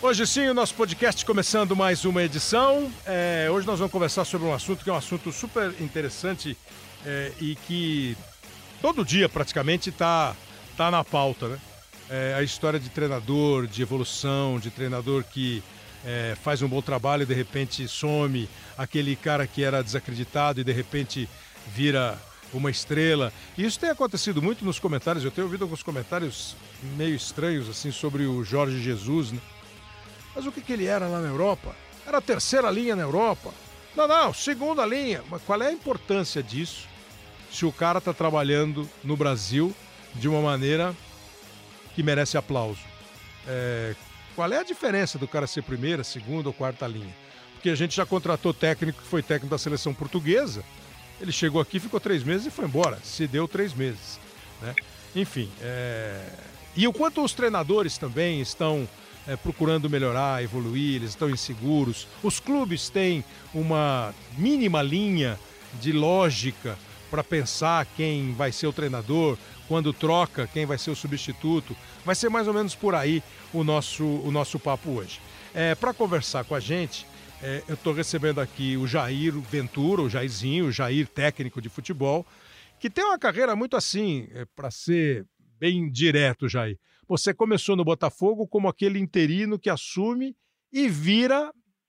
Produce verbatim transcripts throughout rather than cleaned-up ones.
Hoje sim, o nosso podcast começando mais uma edição. É, hoje nós vamos conversar sobre um assunto que é um assunto super interessante é, e que todo dia praticamente está tá na pauta, né? É, a história de treinador, de evolução, de treinador que é, faz um bom trabalho e de repente some, aquele cara que era desacreditado e de repente vira uma estrela. E isso tem acontecido muito nos comentários. Eu tenho ouvido alguns comentários meio estranhos assim sobre o Jorge Jesus, né? Mas o que, que ele era lá na Europa? Era a terceira linha na Europa. Não, não, segunda linha. Mas qual é a importância disso se o cara está trabalhando no Brasil de uma maneira que merece aplauso? É, qual é a diferença do cara ser primeira, segunda ou quarta linha? Porque a gente já contratou técnico que foi técnico da seleção portuguesa. Ele chegou aqui, ficou três meses e foi embora. Se deu três meses, né? Enfim, é... e o quanto os treinadores também estão É, procurando melhorar, evoluir, eles estão inseguros. Os clubes têm uma mínima linha de lógica para pensar quem vai ser o treinador, quando troca, quem vai ser o substituto. Vai ser mais ou menos por aí o nosso, o nosso papo hoje. É, para conversar com a gente, é, eu estou recebendo aqui o Jair Ventura, o Jairzinho, o Jair técnico de futebol, que tem uma carreira muito assim, é, para ser bem direto, Jair. Você começou no Botafogo como aquele interino que assume e vira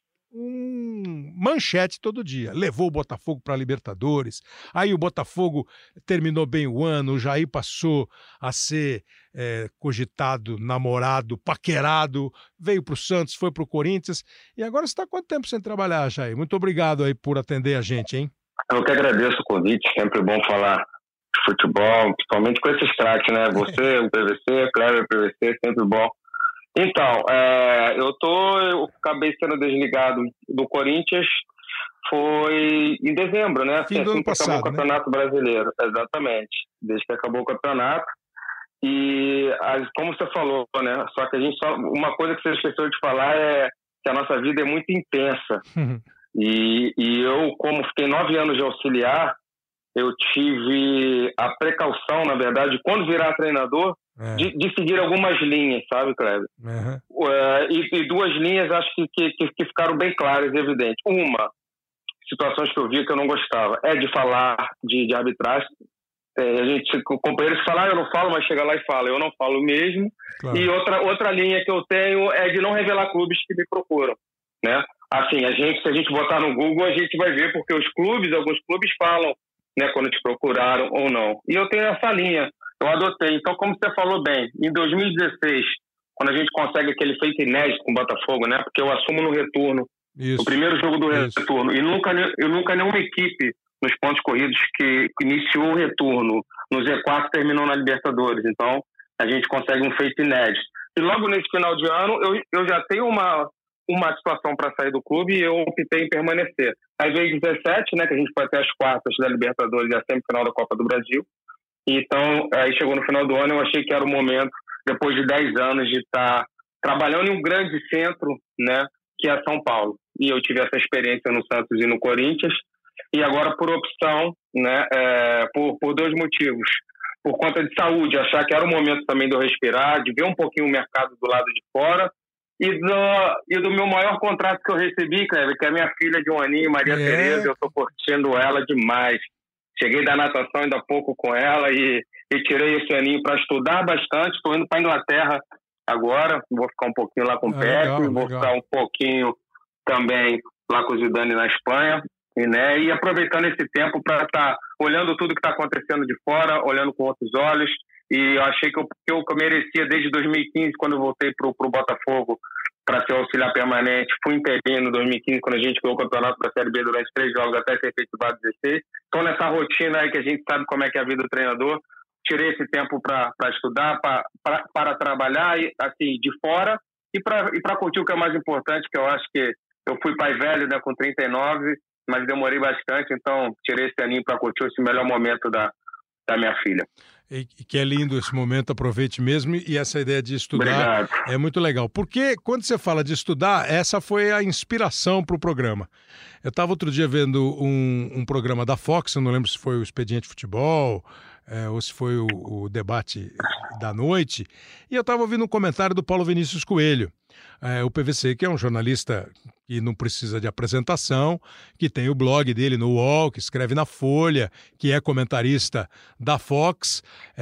um manchete todo dia. Levou o Botafogo para a Libertadores, aí o Botafogo terminou bem o ano, o Jair passou a ser é, cogitado, namorado, paquerado, veio para o Santos, foi para o Corinthians, e agora você está quanto tempo sem trabalhar, Jair? Muito obrigado aí por atender a gente, hein? Eu que agradeço o convite, sempre bom falar de futebol, principalmente com esses craques, né? Você, o P V C, Cleber, P V C, sempre bom. Então, é, eu tô, eu acabei sendo desligado do Corinthians, foi em dezembro, né? Fim do assim ano que passado, acabou o Campeonato né? Brasileiro, exatamente, desde que acabou o campeonato. E como você falou, né? Só que a gente só, uma coisa que você esqueceu de falar é que a nossa vida é muito intensa. e, e eu, como fiquei nove anos de auxiliar, eu tive a precaução, na verdade, quando virar treinador, é. de, de seguir algumas linhas, sabe, Cleber? Uhum. Uh, e, e duas linhas acho que, que, que ficaram bem claras e evidentes. Uma, situações que eu vi que eu não gostava, é de falar de, de arbitragem. É, a gente, companheiros que falam, ah, eu não falo, mas chega lá e fala, eu não falo mesmo. Claro. E outra, outra linha que eu tenho é de não revelar clubes que me procuram, né? Assim, a gente, se a gente botar no Google, a gente vai ver, porque os clubes, alguns clubes falam, né, quando te procuraram ou não. E eu tenho essa linha, eu adotei. Então, como você falou bem, em dois mil e dezesseis, quando a gente consegue aquele feito inédito com o Botafogo, né, porque eu assumo no retorno, Isso. o primeiro jogo do Isso. retorno, e nunca, eu nunca nenhuma equipe nos pontos corridos que, que iniciou o retorno no Z quatro terminou na Libertadores. Então, a gente consegue um feito inédito. E logo nesse final de ano, eu, eu já tenho uma... uma situação para sair do clube e eu optei em permanecer. Aí veio dezessete, né, que a gente foi até as quartas da Libertadores e a semifinal da Copa do Brasil. Então, aí chegou no final do ano, eu achei que era o momento, depois de dez anos, de estar trabalhando em um grande centro, né, que é São Paulo. E eu tive essa experiência no Santos e no Corinthians. E agora, por opção, né, é, por, por dois motivos. Por conta de saúde, achar que era o momento também de eu respirar, de ver um pouquinho o mercado do lado de fora. E do, e do meu maior contrato que eu recebi, Cleber, que é a minha filha de um aninho, Maria é. Tereza, eu tô curtindo ela demais. Cheguei da natação ainda há pouco com ela e, e tirei esse aninho para estudar bastante. Estou indo para a Inglaterra agora, vou ficar um pouquinho lá com o ah, Pepe, vou legal. ficar um pouquinho também lá com o Zidane na Espanha, e, né, e aproveitando esse tempo para estar tá olhando tudo que está acontecendo de fora, olhando com outros olhos. E eu achei que eu, que eu merecia desde dois mil e quinze, quando eu voltei para o Botafogo para ser auxiliar permanente. Fui interino em dois mil e quinze, quando a gente ganhou o campeonato da Série B durante três jogos até ser efetivado dezesseis. Estou nessa rotina aí que a gente sabe como é que é a vida do treinador. Tirei esse tempo para estudar, pra, pra, para trabalhar e, assim, de fora e para e para curtir o que é mais importante, que eu acho que eu fui pai velho, né, com trinta e nove, mas demorei bastante, então tirei esse aninho para curtir esse melhor momento da, da minha filha. E que é lindo esse momento, aproveite mesmo, e essa ideia de estudar Obrigado. É muito legal. Porque quando você fala de estudar, essa foi a inspiração para o programa. Eu estava outro dia vendo um, um programa da Fox, eu não lembro se foi o Expediente Futebol, é, ou se foi o, o debate da noite, e eu estava ouvindo um comentário do Paulo Vinícius Coelho. É, o P V C, que é um jornalista que não precisa de apresentação, que tem o blog dele no U O L, que escreve na Folha, que é comentarista da Fox,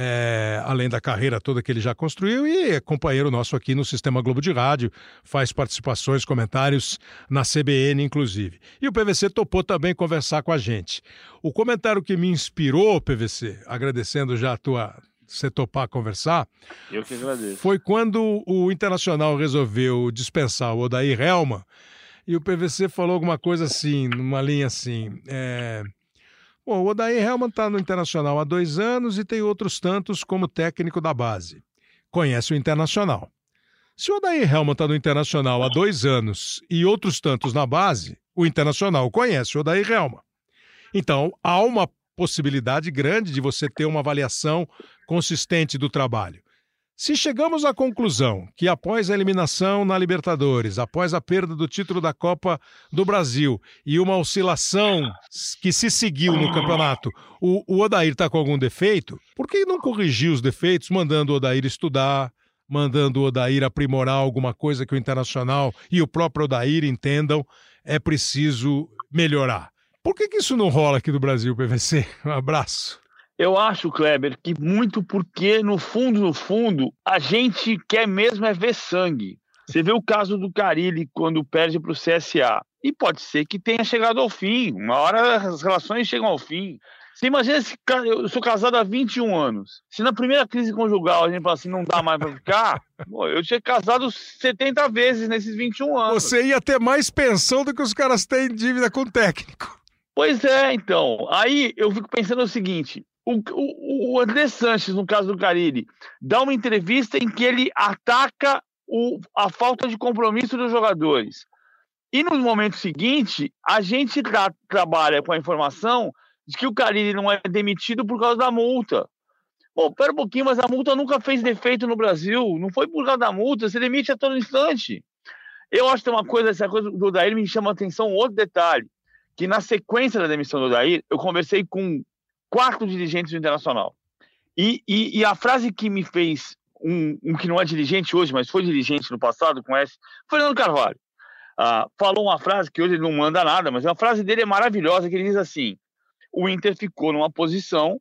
é, além da carreira toda que ele já construiu, e é companheiro nosso aqui no Sistema Globo de Rádio, faz participações, comentários na C B N, inclusive. E o P V C topou também conversar com a gente. O comentário que me inspirou, P V C, agradecendo já a tua... você topar conversar, eu que agradeço. Foi quando o Internacional resolveu dispensar o Odair Hellmann e o P V C falou alguma coisa assim, numa linha assim, é... Bom, o Odair Hellmann está no Internacional há dois anos e tem outros tantos como técnico da base. Conhece o Internacional. Se o Odair Hellmann está no Internacional há dois anos e outros tantos na base, o Internacional conhece o Odair Hellmann. Então, há uma possibilidade grande de você ter uma avaliação consistente do trabalho. Se chegamos à conclusão que após a eliminação na Libertadores, após a perda do título da Copa do Brasil e uma oscilação que se seguiu no campeonato, o, o Odair está com algum defeito, por que não corrigir os defeitos mandando o Odair estudar, mandando o Odair aprimorar alguma coisa que o Internacional e o próprio Odair entendam é preciso melhorar? Por que que isso não rola aqui do Brasil, P V C? Um abraço. Eu acho, Kleber, que muito porque, no fundo, no fundo, a gente quer mesmo é ver sangue. Você vê o caso do Carille quando perde para o C S A. E pode ser que tenha chegado ao fim. Uma hora as relações chegam ao fim. Você imagina, se eu sou casado há vinte e um anos. Se na primeira crise conjugal a gente fala assim, não dá mais para ficar, pô, eu tinha casado setenta vezes nesses vinte e um anos. Você ia ter mais pensão do que os caras têm em dívida com o técnico. Pois é, então. Aí eu fico pensando o seguinte... O, o, o André Sanches, no caso do Carille, dá uma entrevista em que ele ataca o, a falta de compromisso dos jogadores. E no momento seguinte, a gente tra- trabalha com a informação de que o Carille não é demitido por causa da multa. Bom, pera um pouquinho, mas a multa nunca fez defeito no Brasil. Não foi por causa da multa, você demite a todo instante. Eu acho que tem uma coisa, essa coisa do Odair me chama a atenção, um outro detalhe, que na sequência da demissão do Odair, eu conversei com quatro dirigentes do Internacional. E, e, e a frase que me fez, um, um que não é dirigente hoje, mas foi dirigente no passado, conhece, foi Fernando Carvalho. Ah, falou uma frase que hoje ele não manda nada, mas a frase dele é maravilhosa, que ele diz assim, o Inter ficou numa posição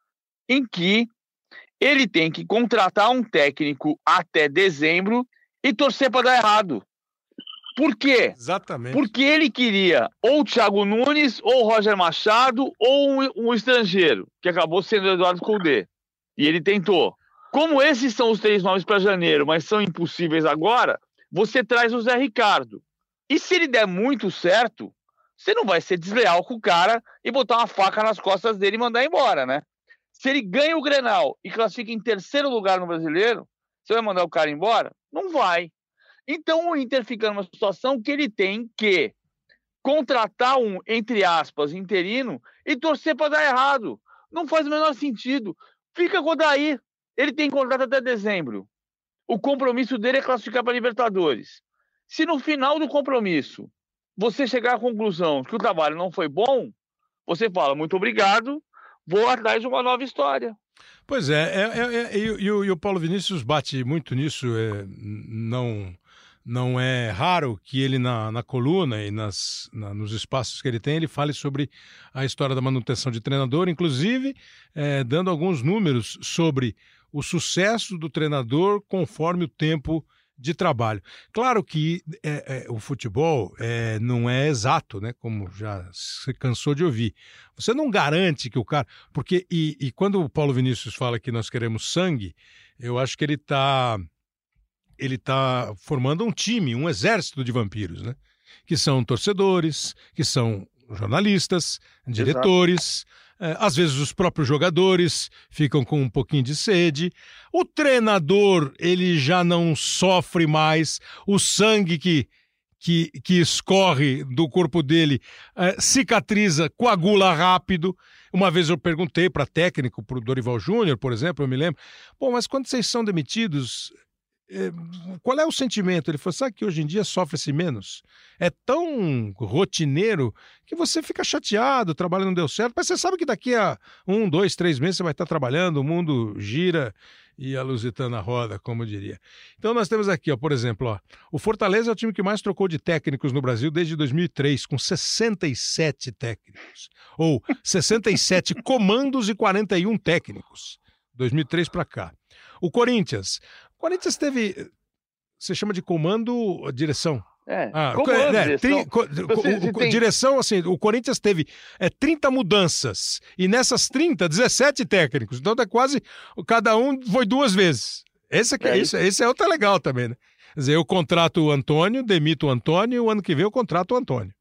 em que ele tem que contratar um técnico até dezembro e torcer para dar errado. Por quê? Exatamente. Porque ele queria ou o Thiago Nunes, ou o Roger Machado, ou um, um estrangeiro, que acabou sendo o Eduardo Coudet. E ele tentou. Como esses são os três nomes para janeiro, mas são impossíveis agora, você traz o Zé Ricardo. E se ele der muito certo, você não vai ser desleal com o cara e botar uma faca nas costas dele e mandar embora, né? Se ele ganha o Grenal e classifica em terceiro lugar no Brasileiro, você vai mandar o cara embora? Não vai. Então o Inter fica numa situação que ele tem que contratar um, entre aspas, interino e torcer para dar errado. Não faz o menor sentido. Fica com o Odair. Ele tem contrato até dezembro. O compromisso dele é classificar para a Libertadores. Se no final do compromisso você chegar à conclusão que o trabalho não foi bom, você fala, muito obrigado, vou atrás de uma nova história. Pois é, é, é, é e, e, o, e o Paulo Vinícius bate muito nisso, é, não... Não é raro que ele, na, na coluna e nas, na, nos espaços que ele tem, ele fale sobre a história da manutenção de treinador, inclusive é, dando alguns números sobre o sucesso do treinador conforme o tempo de trabalho. Claro que é, é, o futebol é, não é exato, né? Como já se cansou de ouvir. Você não garante que o cara... Porque, e, e quando o Paulo Vinícius fala que nós queremos sangue, eu acho que ele está... ele está formando um time, um exército de vampiros, né? Que são torcedores, que são jornalistas, diretores, é, às vezes os próprios jogadores ficam com um pouquinho de sede. O treinador, ele já não sofre mais, o sangue que, que, que escorre do corpo dele é, cicatriza, coagula rápido. Uma vez eu perguntei para técnico, para o Dorival Júnior, por exemplo, eu me lembro, bom, mas quando vocês são demitidos... qual é o sentimento? Ele falou, sabe que hoje em dia sofre-se menos? É tão rotineiro que você fica chateado, o trabalho não deu certo, mas você sabe que daqui a um, dois, três meses você vai estar trabalhando, o mundo gira e a Lusitana roda, como eu diria. Então nós temos aqui, ó, por exemplo, ó, o Fortaleza é o time que mais trocou de técnicos no Brasil desde dois mil e três, com sessenta e sete técnicos. Ou sessenta e sete comandos e quarenta e um técnicos. dois mil e três para cá. O Corinthians. O Corinthians teve, você chama de comando, direção. É, ah, comando, é, direção. Tri, co, Você, você o, tem... Direção, assim, o Corinthians teve é, trinta mudanças, e nessas trinta, dezessete técnicos. Então é quase, cada um foi duas vezes. Esse, aqui, é esse, esse é outro legal também, né? Quer dizer, eu contrato o Antônio, demito o Antônio, e o ano que vem eu contrato o Antônio.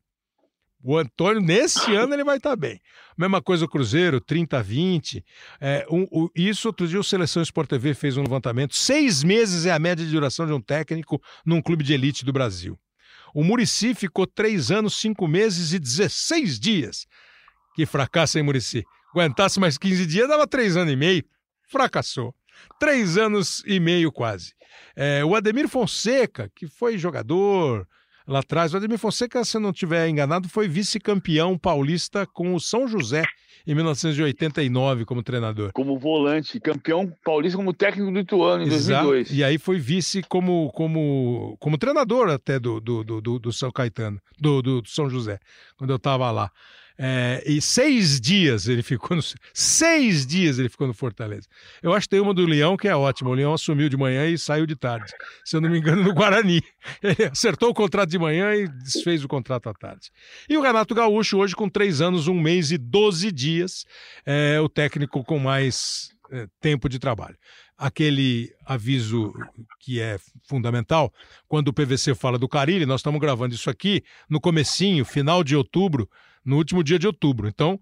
O Antônio, nesse ano, ele vai estar bem. Mesma coisa o Cruzeiro, trinta a vinte. É, um, um, isso, outro dia, o Seleção Sport T V fez um levantamento. Seis meses é a média de duração de um técnico num clube de elite do Brasil. O Muricy ficou três anos, cinco meses e dezesseis dias. Que fracasso, hein, Muricy? Aguentasse mais quinze dias, dava três anos e meio. Fracassou. Três anos e meio, quase. É, o Ademir Fonseca, que foi jogador... Lá atrás, o Ademir Fonseca, se eu não estiver enganado, foi vice-campeão paulista com o São José em mil novecentos e oitenta e nove como treinador. Como volante, campeão paulista como técnico do Ituano em Exato. dois mil e dois. E aí foi vice como, como, como treinador até do, do, do, do São Caetano, do, do São José, quando eu estava lá. É, e seis dias ele ficou no... Seis dias ele ficou no Fortaleza. Eu acho que tem uma do Leão que é ótima. O Leão assumiu de manhã e saiu de tarde. Se eu não me engano, no Guarani. Ele acertou o contrato de manhã e desfez o contrato à tarde. E o Renato Gaúcho, hoje com três anos, um mês e doze dias, é o técnico com mais é, tempo de trabalho. Aquele aviso que é fundamental, quando o P V C fala do Carille, nós estamos gravando isso aqui no comecinho, final de outubro, no último dia de outubro. Então,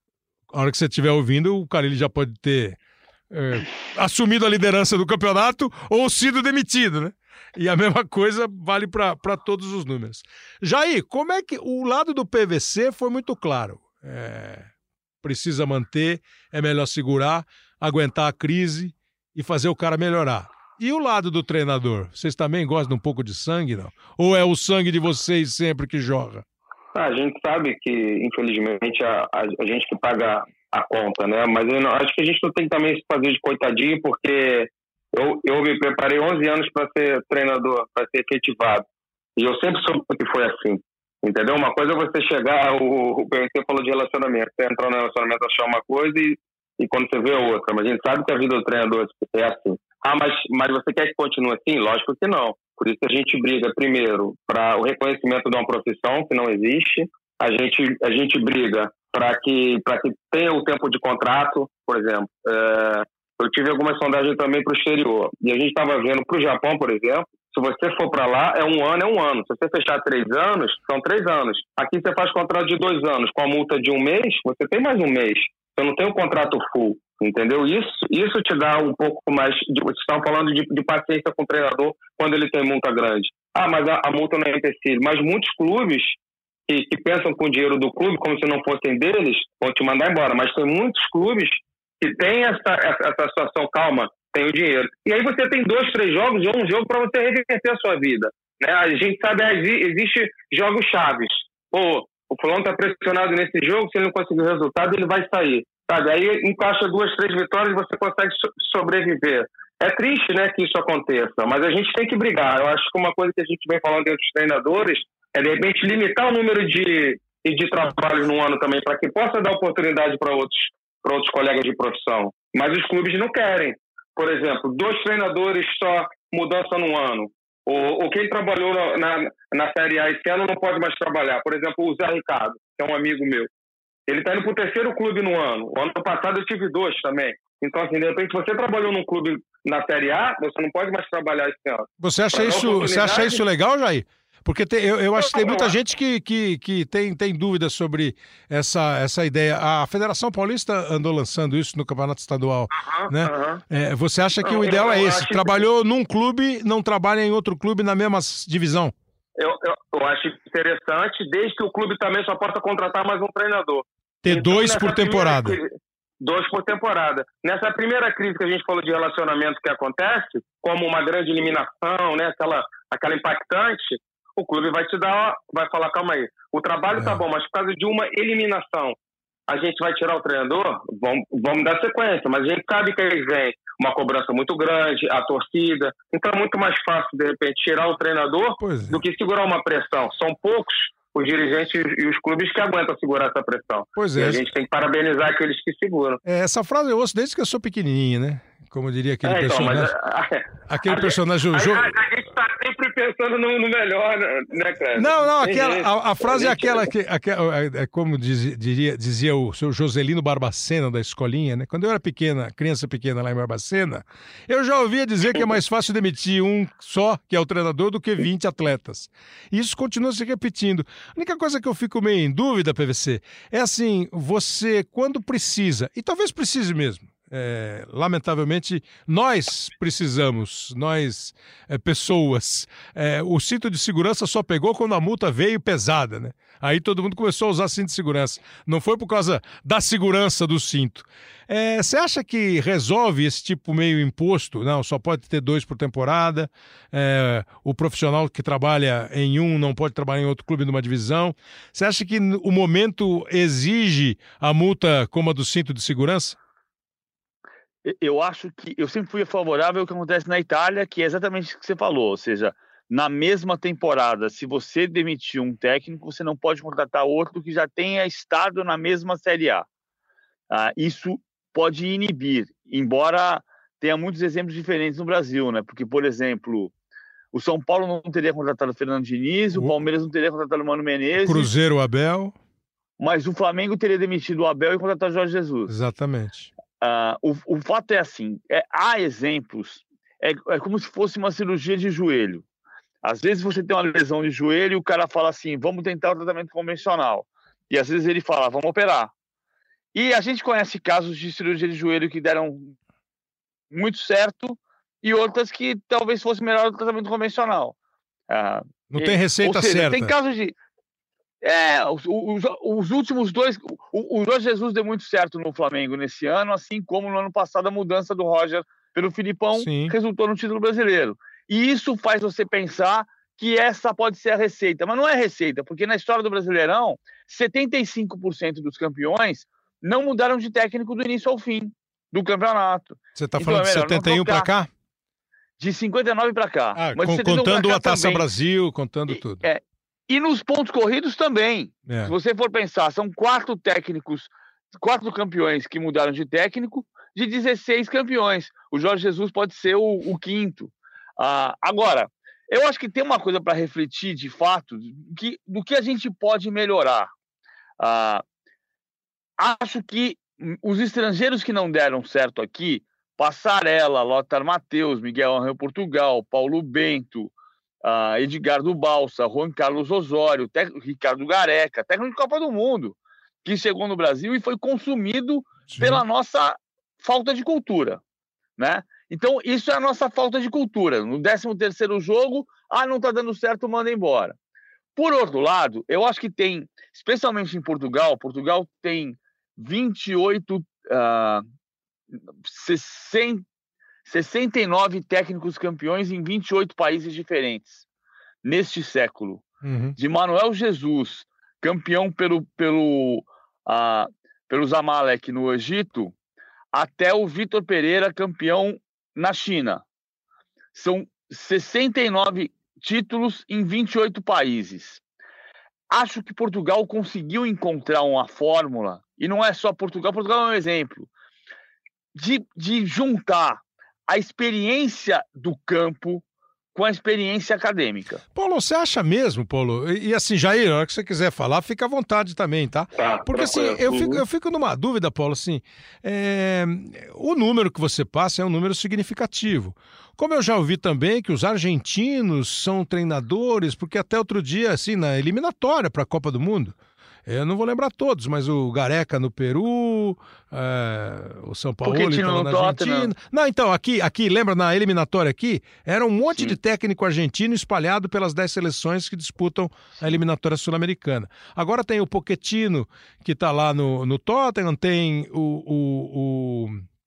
a hora que você estiver ouvindo, o Carille já pode ter é, assumido a liderança do campeonato ou sido demitido, né? E a mesma coisa vale para todos os números. Jair, como é que o lado do P V C foi muito claro? É, precisa manter, é melhor segurar, aguentar a crise e fazer o cara melhorar. E o lado do treinador? Vocês também gostam um pouco de sangue, não? Ou é o sangue de vocês sempre que joga? A gente sabe que, infelizmente, a, a, a gente que paga a conta, né? Mas eu não, acho que a gente não tem que também se fazer de coitadinho, porque eu, eu me preparei onze anos para ser treinador, para ser efetivado. E eu sempre soube que foi assim, entendeu? Uma coisa é você chegar, o, o P V C falou de relacionamento, você entrar no relacionamento, achar uma coisa e, e quando você vê outra. Mas a gente sabe que a vida do treinador é assim. Ah, mas, mas você quer que continue assim? Lógico que não. Por isso a gente briga, primeiro, para o reconhecimento de uma profissão que não existe. A gente, a gente briga para que, para que tenha o tempo de contrato, por exemplo. É, eu tive algumas sondagens também para o exterior. E a gente estava vendo para o Japão, por exemplo, se você for para lá, é um ano, é um ano. Se você fechar três anos, são três anos. Aqui você faz contrato de dois anos. Com a multa de um mês, você tem mais um mês. Você não tem o contrato full. Entendeu? Isso, isso te dá um pouco mais de... Vocês estão falando de, de paciência com o treinador quando ele tem multa grande. Ah, mas a, a multa não é empecilho. Mas muitos clubes que, que pensam com o dinheiro do clube como se não fossem deles, vão te mandar embora. Mas tem muitos clubes que têm essa, essa, essa situação, calma, tem o dinheiro. E aí você tem dois, três jogos ou um jogo para você reverter a sua vida. Né? A gente sabe, existe jogos chaves. Pô, o fulano está pressionado nesse jogo, se ele não conseguir o resultado, ele vai sair. Sabe? Aí encaixa duas, três vitórias e você consegue so- sobreviver. É triste, né, que isso aconteça, mas a gente tem que brigar. Eu acho que uma coisa que a gente vem falando entre os treinadores é, de repente, limitar o número de, de trabalhos no ano também, para que possa dar oportunidade para outros, para outros colegas de profissão. Mas os clubes não querem. Por exemplo, dois treinadores só, mudança num ano. Ou, ou quem trabalhou na, na Série A esse ano não pode mais trabalhar. Por exemplo, o Zé Ricardo, que é um amigo meu. Ele está indo para o terceiro clube no ano. O ano passado eu tive dois também. Então, assim, de repente, você trabalhou num clube na Série A, você não pode mais trabalhar esse ano. Você acha, isso, você acha isso legal, Jair? Porque tem, eu, eu acho que tem muita gente que, que, que tem, tem dúvidas sobre essa, essa ideia. A Federação Paulista andou lançando isso no Campeonato Estadual. Uh-huh, né? Uh-huh. É, você acha que não, o ideal é esse? Trabalhou que... num clube, não trabalha em outro clube na mesma divisão? Eu, eu, eu acho interessante, desde que o clube também só possa contratar mais um treinador. Ter então, dois por temporada. Que... dois por temporada. Nessa primeira crise que a gente falou de relacionamento que acontece, como uma grande eliminação, né, aquela, aquela impactante, o clube vai te dar, vai falar, calma aí, o trabalho é. tá bom, mas por causa de uma eliminação, a gente vai tirar o treinador? Vamos, vamos dar sequência, mas a gente sabe que aí vem uma cobrança muito grande, a torcida, então é muito mais fácil, de repente, tirar o treinador é. do que segurar uma pressão. São poucos os dirigentes e os clubes que aguentam segurar essa pressão. Pois é. E a gente tem que parabenizar aqueles que seguram. É, essa frase eu ouço desde que eu sou pequenininho, né? Como diria aquele é, então, personagem. Mas, aquele a, personagem. A, a, a, a gente está sempre pensando no, no melhor, né, cara? Não, não, aquela, a, a frase é aquela que, aquela, é como diz, diria, dizia o seu Joselino Barbacena da escolinha, né? Quando eu era pequena, criança pequena lá em Barbacena, eu já ouvia dizer que é mais fácil demitir um só, que é o treinador, do que vinte atletas. E isso continua se repetindo. A única coisa que eu fico meio em dúvida, P V C, é assim, você, quando precisa, e talvez precise mesmo, É, lamentavelmente, nós precisamos, nós, é, pessoas, é, o cinto de segurança só pegou quando a multa veio pesada, né? Aí todo mundo começou a usar cinto de segurança. Não foi por causa da segurança do cinto. Você é, acha que resolve esse tipo meio imposto? Não, só pode ter dois por temporada, é, o profissional que trabalha em um não pode trabalhar em outro clube numa divisão. Você acha que o momento exige a multa como a do cinto de segurança? Eu acho que eu sempre fui favorável ao que acontece na Itália, que é exatamente o que você falou, ou seja, na mesma temporada, se você demitir um técnico, você não pode contratar outro que já tenha estado na mesma Série A. Ah, isso pode inibir, embora tenha muitos exemplos diferentes no Brasil, né? Porque, por exemplo, o São Paulo não teria contratado o Fernando Diniz, o Palmeiras não teria contratado o Mano Menezes. Cruzeiro, o Abel. Mas o Flamengo teria demitido o Abel e contratado o Jorge Jesus. Exatamente. Uh, o, o fato é assim, é, há exemplos, é, é como se fosse uma cirurgia de joelho. Às vezes você tem uma lesão de joelho e o cara fala assim, vamos tentar o tratamento convencional. E às vezes ele fala, vamos operar. E a gente conhece casos de cirurgia de joelho que deram muito certo e outras que talvez fosse melhor o tratamento convencional. Uh, Não e, tem receita seja, certa. Tem casos de... É, os, os, os últimos dois, o, o Jorge Jesus deu muito certo no Flamengo nesse ano, assim como no ano passado a mudança do Roger pelo Filipão Sim. resultou no título brasileiro. E isso faz você pensar que essa pode ser a receita, mas não é receita, porque na história do Brasileirão, setenta e cinco por cento dos campeões não mudaram de técnico do início ao fim do campeonato. Você está falando então, é de setenta e um para cá? De cinquenta e nove para cá. Ah, mas com, contando a Taça também. Brasil, contando e, tudo. É, E nos pontos corridos também. É. Se você for pensar, são quatro técnicos, quatro campeões que mudaram de técnico, de dezesseis campeões. O Jorge Jesus pode ser o, o quinto. Ah, agora, eu acho que tem uma coisa para refletir, de fato, que, do que a gente pode melhorar. Ah, acho que os estrangeiros que não deram certo aqui, Passarella, Lothar Matheus, Miguel Ángel Portugal, Paulo Bento, Uh, Edgardo Balsa, Juan Carlos Osório, técnico, Ricardo Gareca, técnico de Copa do Mundo, que chegou no Brasil e foi consumido Sim. pela nossa falta de cultura, né? Então, isso é a nossa falta de cultura. No décimo terceiro jogo, ah, não tá dando certo, manda embora. Por outro lado, eu acho que tem, especialmente em Portugal, Portugal tem vinte e oito, uh, sessenta, sessenta e nove técnicos campeões em vinte e oito países diferentes, neste século. Uhum. De Manuel Jesus, campeão pelo, pelo, uh, pelo Zamalek no Egito, até o Vitor Pereira, campeão na China. São sessenta e nove títulos em vinte e oito países. Acho que Portugal conseguiu encontrar uma fórmula, e não é só Portugal, Portugal é um exemplo, de, de juntar a experiência do campo com a experiência acadêmica. Paulo, você acha mesmo, Paulo? E, e assim, Jair, na hora que você quiser falar, fica à vontade também, tá? tá Porque assim, eu fico, eu fico numa dúvida, Paulo, assim, é, o número que você passa é um número significativo. Como eu já ouvi também que os argentinos são treinadores, porque até outro dia, assim, na eliminatória para a Copa do Mundo, Eu não vou lembrar todos, mas o Gareca no Peru, é, o São Paulo estava na Argentina. Não, então, aqui, aqui, lembra na eliminatória aqui? Era um monte Sim. de técnico argentino espalhado pelas dez seleções que disputam a eliminatória sul-americana. Agora tem o Pochettino, que está lá no, no Tottenham, tem o, o,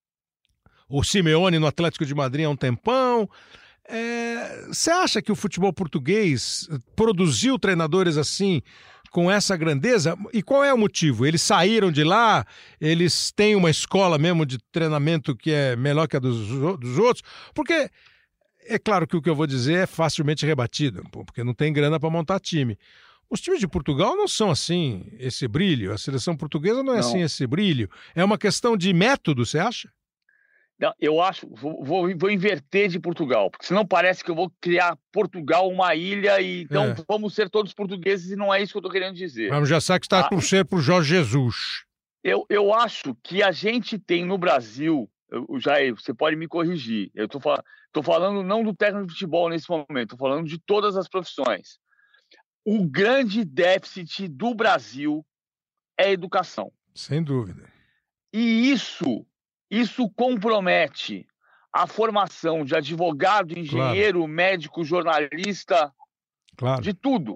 o, o Simeone no Atlético de Madrid há um tempão. Você é, acha que o futebol português produziu treinadores assim, com essa grandeza? E qual é o motivo? Eles saíram de lá, eles têm uma escola mesmo de treinamento que é melhor que a dos, dos outros? Porque é claro que o que eu vou dizer é facilmente rebatido, porque não tem grana para montar time. Os times de Portugal não são assim, esse brilho. A seleção portuguesa não é não. assim, esse brilho. É uma questão de método, você acha? Não, eu acho, vou, vou, vou inverter de Portugal, porque senão parece que eu vou criar Portugal uma ilha e então é. vamos ser todos portugueses e não é isso que eu estou querendo dizer. Vamos já sabe que está ah, por ser por Jorge Jesus. Eu, eu acho que a gente tem no Brasil, eu, Jair, você pode me corrigir, eu estou tô falando não do técnico de futebol nesse momento, estou falando de todas as profissões. O grande déficit do Brasil é a educação. Sem dúvida. E isso... Isso compromete a formação de advogado, engenheiro, claro. médico, jornalista, claro. de tudo.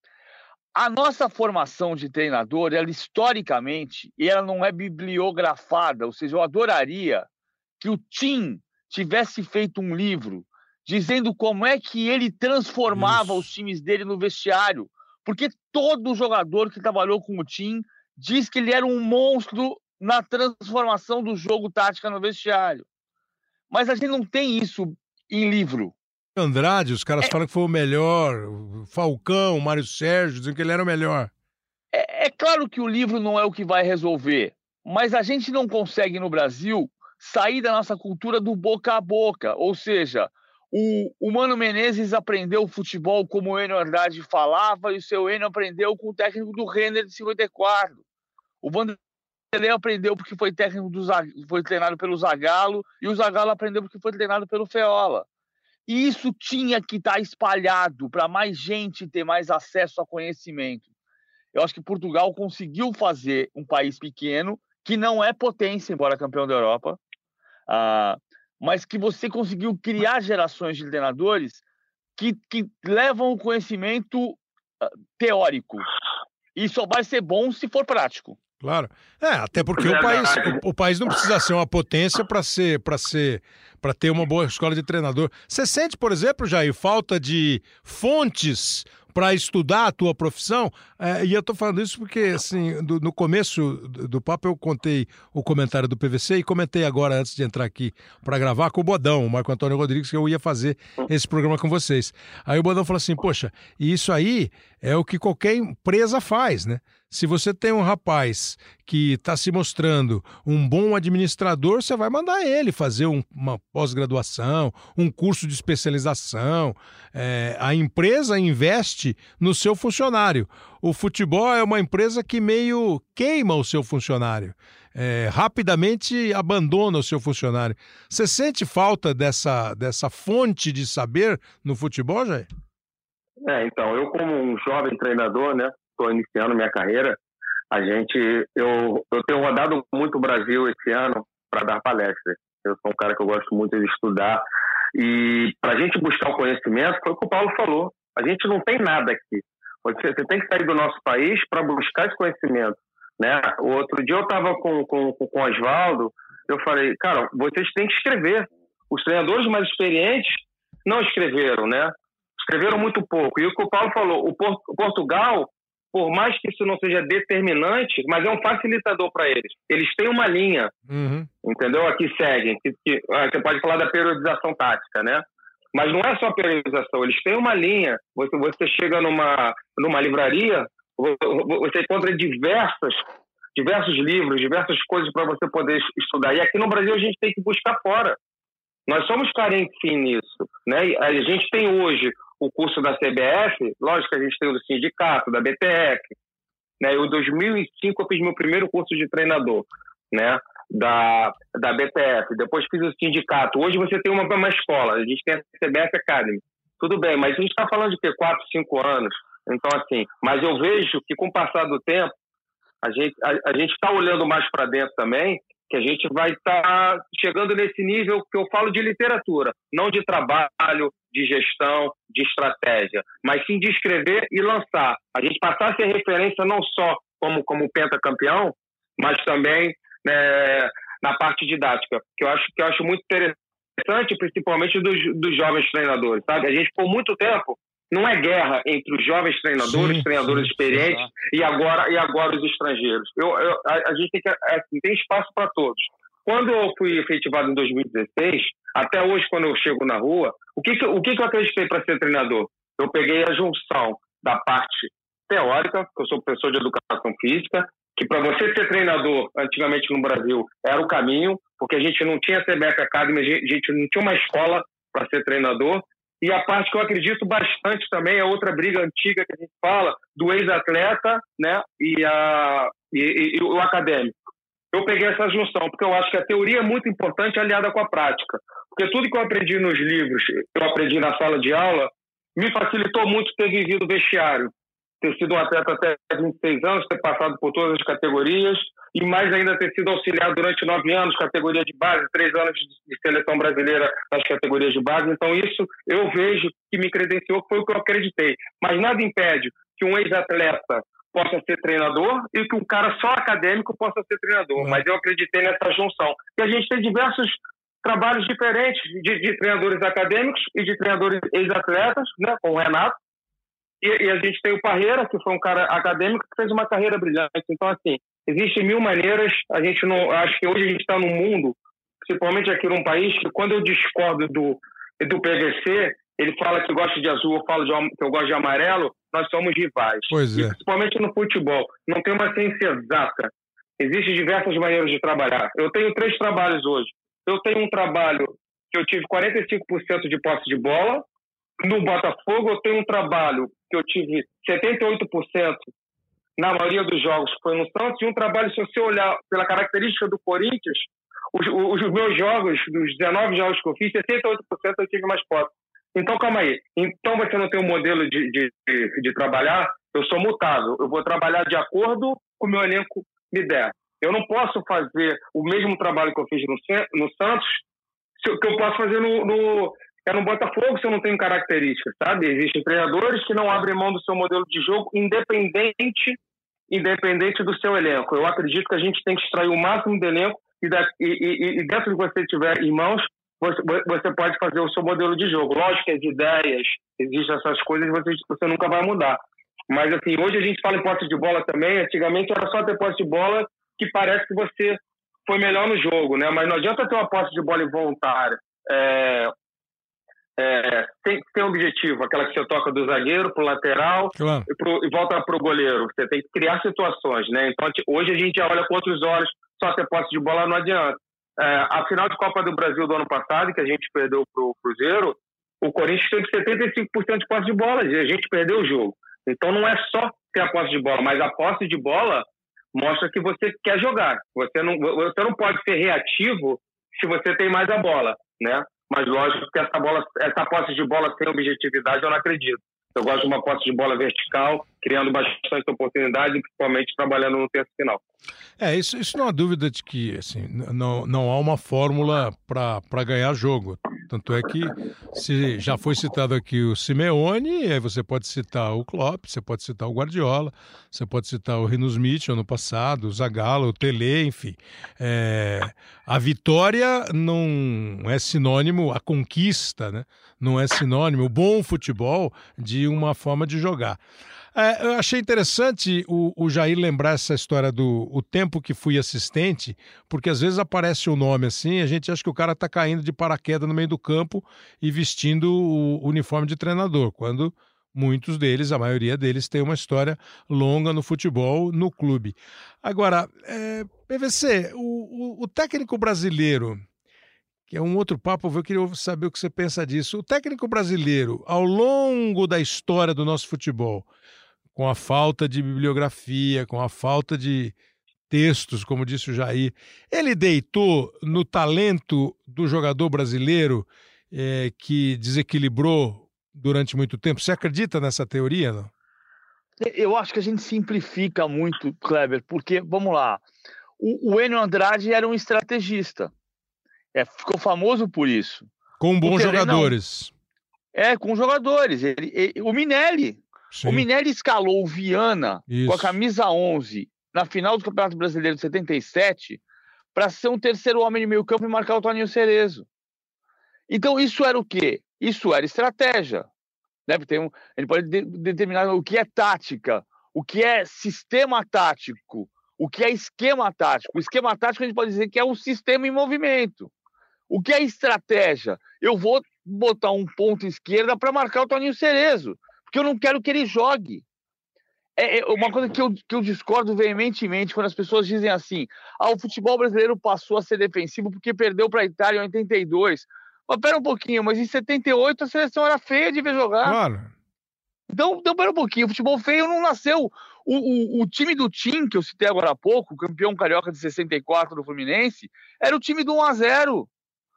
A nossa formação de treinador, ela historicamente, ela não é bibliografada, ou seja, eu adoraria que o Tim tivesse feito um livro dizendo como é que ele transformava Isso. os times dele no vestiário, porque todo jogador que trabalhou com o Tim diz que ele era um monstro na transformação do jogo tática no vestiário. Mas a gente não tem isso em livro. Andrade, os caras é... falam que foi o melhor, o Falcão, o Mário Sérgio, dizem que ele era o melhor. É, é claro que o livro não é o que vai resolver, mas a gente não consegue no Brasil sair da nossa cultura do boca a boca, ou seja, o, o Mano Menezes aprendeu futebol como o Enio Andrade falava e o seu Enio aprendeu com o técnico do Renner de cinquenta e quatro. O Vanderlei Ele aprendeu porque foi técnico do Zag... foi treinado pelo Zagallo e o Zagallo aprendeu porque foi treinado pelo Feola. E isso tinha que estar espalhado para mais gente ter mais acesso a conhecimento. Eu acho que Portugal conseguiu fazer um país pequeno, que não é potência, embora campeão da Europa, uh, mas que você conseguiu criar gerações de treinadores que, que levam o conhecimento uh, teórico. E só vai ser bom se for prático. Claro. É, até porque o país, o, o país não precisa ser uma potência para ser, para ser, para ter uma boa escola de treinador. Você sente, por exemplo, Jair, falta de fontes para estudar a tua profissão? É, e eu tô falando isso porque, assim, do, no começo do, do papo eu contei o comentário do P V C e comentei agora, antes de entrar aqui para gravar, com o Bodão, o Marco Antônio Rodrigues, que eu ia fazer esse programa com vocês. Aí o Bodão falou assim, poxa, isso aí é o que qualquer empresa faz, né? Se você tem um rapaz que está se mostrando um bom administrador, você vai mandar ele fazer um, uma pós-graduação, um curso de especialização. É, a empresa investe no seu funcionário. O futebol é uma empresa que meio queima o seu funcionário. É, rapidamente abandona o seu funcionário. Você sente falta dessa, dessa fonte de saber no futebol, Jair? É, então, eu como um jovem treinador, né? Estou iniciando minha carreira, a gente, eu, eu tenho rodado muito o Brasil esse ano para dar palestras. Eu sou um cara que eu gosto muito de estudar e para a gente buscar o conhecimento, foi o que o Paulo falou, a gente não tem nada aqui. Você, você tem que sair do nosso país para buscar esse conhecimento, né? O outro dia eu estava com, com, com o Oswaldo, eu falei, cara, vocês têm que escrever. Os treinadores mais experientes não escreveram, né? Escreveram muito pouco. E o que o Paulo falou, o, Port- o Portugal, por mais que isso não seja determinante, mas é um facilitador para eles. Eles têm uma linha, uhum. entendeu? Aqui seguem. Que, que, você pode falar da periodização tática, né? Mas não é só periodização, eles têm uma linha. Você, você chega numa, numa livraria, você encontra diversas, diversos livros, diversas coisas para você poder estudar. E aqui no Brasil a gente tem que buscar fora. Nós somos carentes sim nisso, né? A gente tem hoje o curso da C B F, lógico que a gente tem o do sindicato, da B T F, né? Eu, em dois mil e cinco, eu fiz meu primeiro curso de treinador, né? Da, da B T F, depois fiz o sindicato. Hoje você tem uma, uma escola, a gente tem a C B F Academy. Tudo bem, mas a gente está falando de quê? quatro, cinco anos. Então, assim, mas eu vejo que com o passar do tempo, A gente a, a gente está olhando mais para dentro também, que a gente vai estar tá chegando nesse nível que eu falo de literatura, não de trabalho, de gestão, de estratégia, mas sim de escrever e lançar. A gente passar a ser referência não só como, como pentacampeão, mas também é, na parte didática, que eu acho, que eu acho muito interessante, principalmente dos, dos jovens treinadores, sabe? A gente, por muito tempo, não é guerra entre os jovens treinadores, sim, treinadores sim, experientes, sim, e, agora, e agora os estrangeiros. Eu, eu, a, a gente tem, que, assim, tem espaço para todos. Quando eu fui efetivado em dois mil e dezesseis, até hoje, quando eu chego na rua, o que, que, o que, que eu acreditei para ser treinador? Eu peguei a junção da parte teórica, que eu sou professor de educação física, que para você ser treinador, antigamente no Brasil, era o caminho, porque a gente não tinha C B F Academy, a gente não tinha uma escola para ser treinador. E a parte que eu acredito bastante também é outra briga antiga que a gente fala, do ex-atleta, né, e, a, e, e, e o acadêmico. Eu peguei essa junção, porque eu acho que a teoria é muito importante aliada com a prática. Porque tudo que eu aprendi nos livros, eu aprendi na sala de aula, me facilitou muito ter vivido o vestiário. Ter sido um atleta até vinte e seis anos, ter passado por todas as categorias, e mais ainda ter sido auxiliar durante nove anos, categoria de base, três anos de seleção brasileira nas categorias de base. Então isso eu vejo que me credenciou, que foi o que eu acreditei. Mas nada impede que um ex-atleta possa ser treinador e que um cara só acadêmico possa ser treinador. Uhum. Mas eu acreditei nessa junção. E a gente tem diversos trabalhos diferentes de, de treinadores acadêmicos e de treinadores ex-atletas, né, com o Renato. E, e a gente tem o Parreira, que foi um cara acadêmico que fez uma carreira brilhante. Então, assim, existem mil maneiras. A gente não, acho que hoje a gente está num mundo, principalmente aqui num país, que quando eu discordo do, do P V C, ele fala que gosta de azul, eu falo de, que eu gosto de amarelo, nós somos rivais. Pois é. E principalmente no futebol. Não tem uma ciência exata. Existem diversas maneiras de trabalhar. Eu tenho três trabalhos hoje. Eu tenho um trabalho que eu tive quarenta e cinco por cento de posse de bola. No Botafogo, eu tenho um trabalho que eu tive setenta e oito por cento na maioria dos jogos, que foi no Santos, e um trabalho, se você olhar pela característica do Corinthians, os, os meus jogos, dos dezenove jogos que eu fiz, sessenta e oito por cento eu tive mais posse. Então, calma aí. Então, você não tem um modelo de, de, de, de trabalhar? Eu sou mutável. Eu vou trabalhar de acordo com o meu elenco me der. Eu não posso fazer o mesmo trabalho que eu fiz no, no Santos, que eu posso fazer no... no É no Botafogo se eu não tenho características, sabe? Existem treinadores que não abrem mão do seu modelo de jogo independente, independente do seu elenco. Eu acredito que a gente tem que extrair o máximo do elenco e, da, e, e, e dentro do que você tiver em mãos, você, você pode fazer o seu modelo de jogo. Lógico que as ideias, existem essas coisas, você, você nunca vai mudar. Mas assim, hoje a gente fala em posse de bola também. Antigamente era só ter posse de bola que parece que você foi melhor no jogo, né? Mas não adianta ter uma posse de bola involuntária. É... É, tem que ter um objetivo, aquela que você toca do zagueiro pro lateral, claro, e, pro, e volta pro goleiro. Você tem que criar situações, né? Então hoje a gente já olha com outros olhos, só ter posse de bola não adianta. É, a final de Copa do Brasil do ano passado, que a gente perdeu pro Cruzeiro, o Corinthians teve setenta e cinco por cento de posse de bola e a gente perdeu o jogo. Então não é só ter a posse de bola, mas a posse de bola mostra que você quer jogar. Você não, você não pode ser reativo se você tem mais a bola, né? Mas lógico que essa, bola, essa posse de bola sem objetividade eu não acredito. Eu gosto de uma posse de bola vertical, criando bastante oportunidade, principalmente trabalhando no terço final. É, isso, isso não há dúvida de que assim, não, não há uma fórmula para ganhar jogo. Tanto é que se já foi citado aqui o Simeone, aí você pode citar o Klopp, você pode citar o Guardiola, você pode citar o Rino Smith ano passado, o Zagallo, o Tele, enfim. É, a vitória não é sinônimo, a conquista, né? Não é sinônimo, o bom futebol, de uma forma de jogar. É, eu achei interessante o, o Jair lembrar essa história do o tempo que fui assistente, porque às vezes aparece o nome assim, a gente acha que o cara está caindo de paraquedas no meio do campo e vestindo o uniforme de treinador, quando muitos deles, a maioria deles, tem uma história longa no futebol, no clube. Agora, é, P V C, o, o, o técnico brasileiro, que é um outro papo, eu queria saber o que você pensa disso. O técnico brasileiro, ao longo da história do nosso futebol, com a falta de bibliografia, com a falta de textos, como disse o Jair, ele deitou no talento do jogador brasileiro é, que desequilibrou durante muito tempo. Você acredita nessa teoria, não? Eu acho que a gente simplifica muito, Kleber, porque, vamos lá, o, o Enio Andrade era um estrategista. É, ficou famoso por isso. Com bons Tele, jogadores. Não. É, com jogadores. Ele, ele, o Minelli. Sim. O Minelli escalou o Viana isso. com a camisa onze na final do Campeonato Brasileiro de setenta e sete para ser um terceiro homem de meio campo e marcar o Toninho Cerezo. Então, isso era o quê? Isso era estratégia. Né? Tem um, ele pode de, determinar o que é tática, o que é sistema tático, o que é esquema tático. O esquema tático a gente pode dizer que é um sistema em movimento. O que é estratégia? Eu vou botar um ponto esquerda para marcar o Toninho Cerezo, porque eu não quero que ele jogue. É, é uma coisa que eu, que eu discordo veementemente quando as pessoas dizem assim: ah, o futebol brasileiro passou a ser defensivo porque perdeu para a Itália em oitenta e dois. Mas pera um pouquinho, mas em setenta e oito a seleção era feia de ver jogar. Claro. Então, então pera um pouquinho, o futebol feio não nasceu. O, o, o time do Tim, que eu citei agora há pouco, o campeão carioca de sessenta e quatro do Fluminense, era o time do um a zero.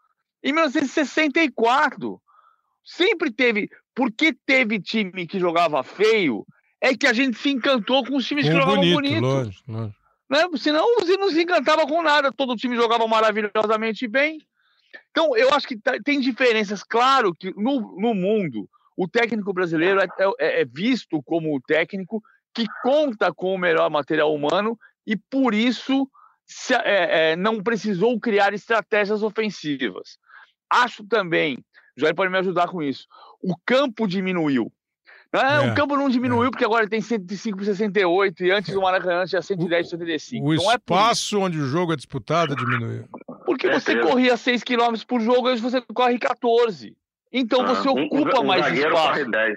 Em mil novecentos e sessenta e quatro. Sempre teve. Porque teve time que jogava feio, é que a gente se encantou com os times com que jogavam bonito. bonito. Lógico, lógico. Né? Senão você não se encantava com nada. Todo time jogava maravilhosamente bem. Então, eu acho que tem diferenças. Claro que no, no mundo, o técnico brasileiro é, é, é visto como o técnico que conta com o melhor material humano e, por isso, se, é, é, não precisou criar estratégias ofensivas. Acho também, o Jair pode me ajudar com isso, o campo diminuiu. É, é, o campo não diminuiu é. porque agora tem cento e cinco por sessenta e oito e antes o Maracanã tinha cento e dez por setenta e cinco. O não espaço é onde o jogo é disputado diminuiu. Porque você é, corria seis quilômetros por jogo, hoje você corre quatorze. Então ah, você ocupa um, um mais espaço. Corre dez,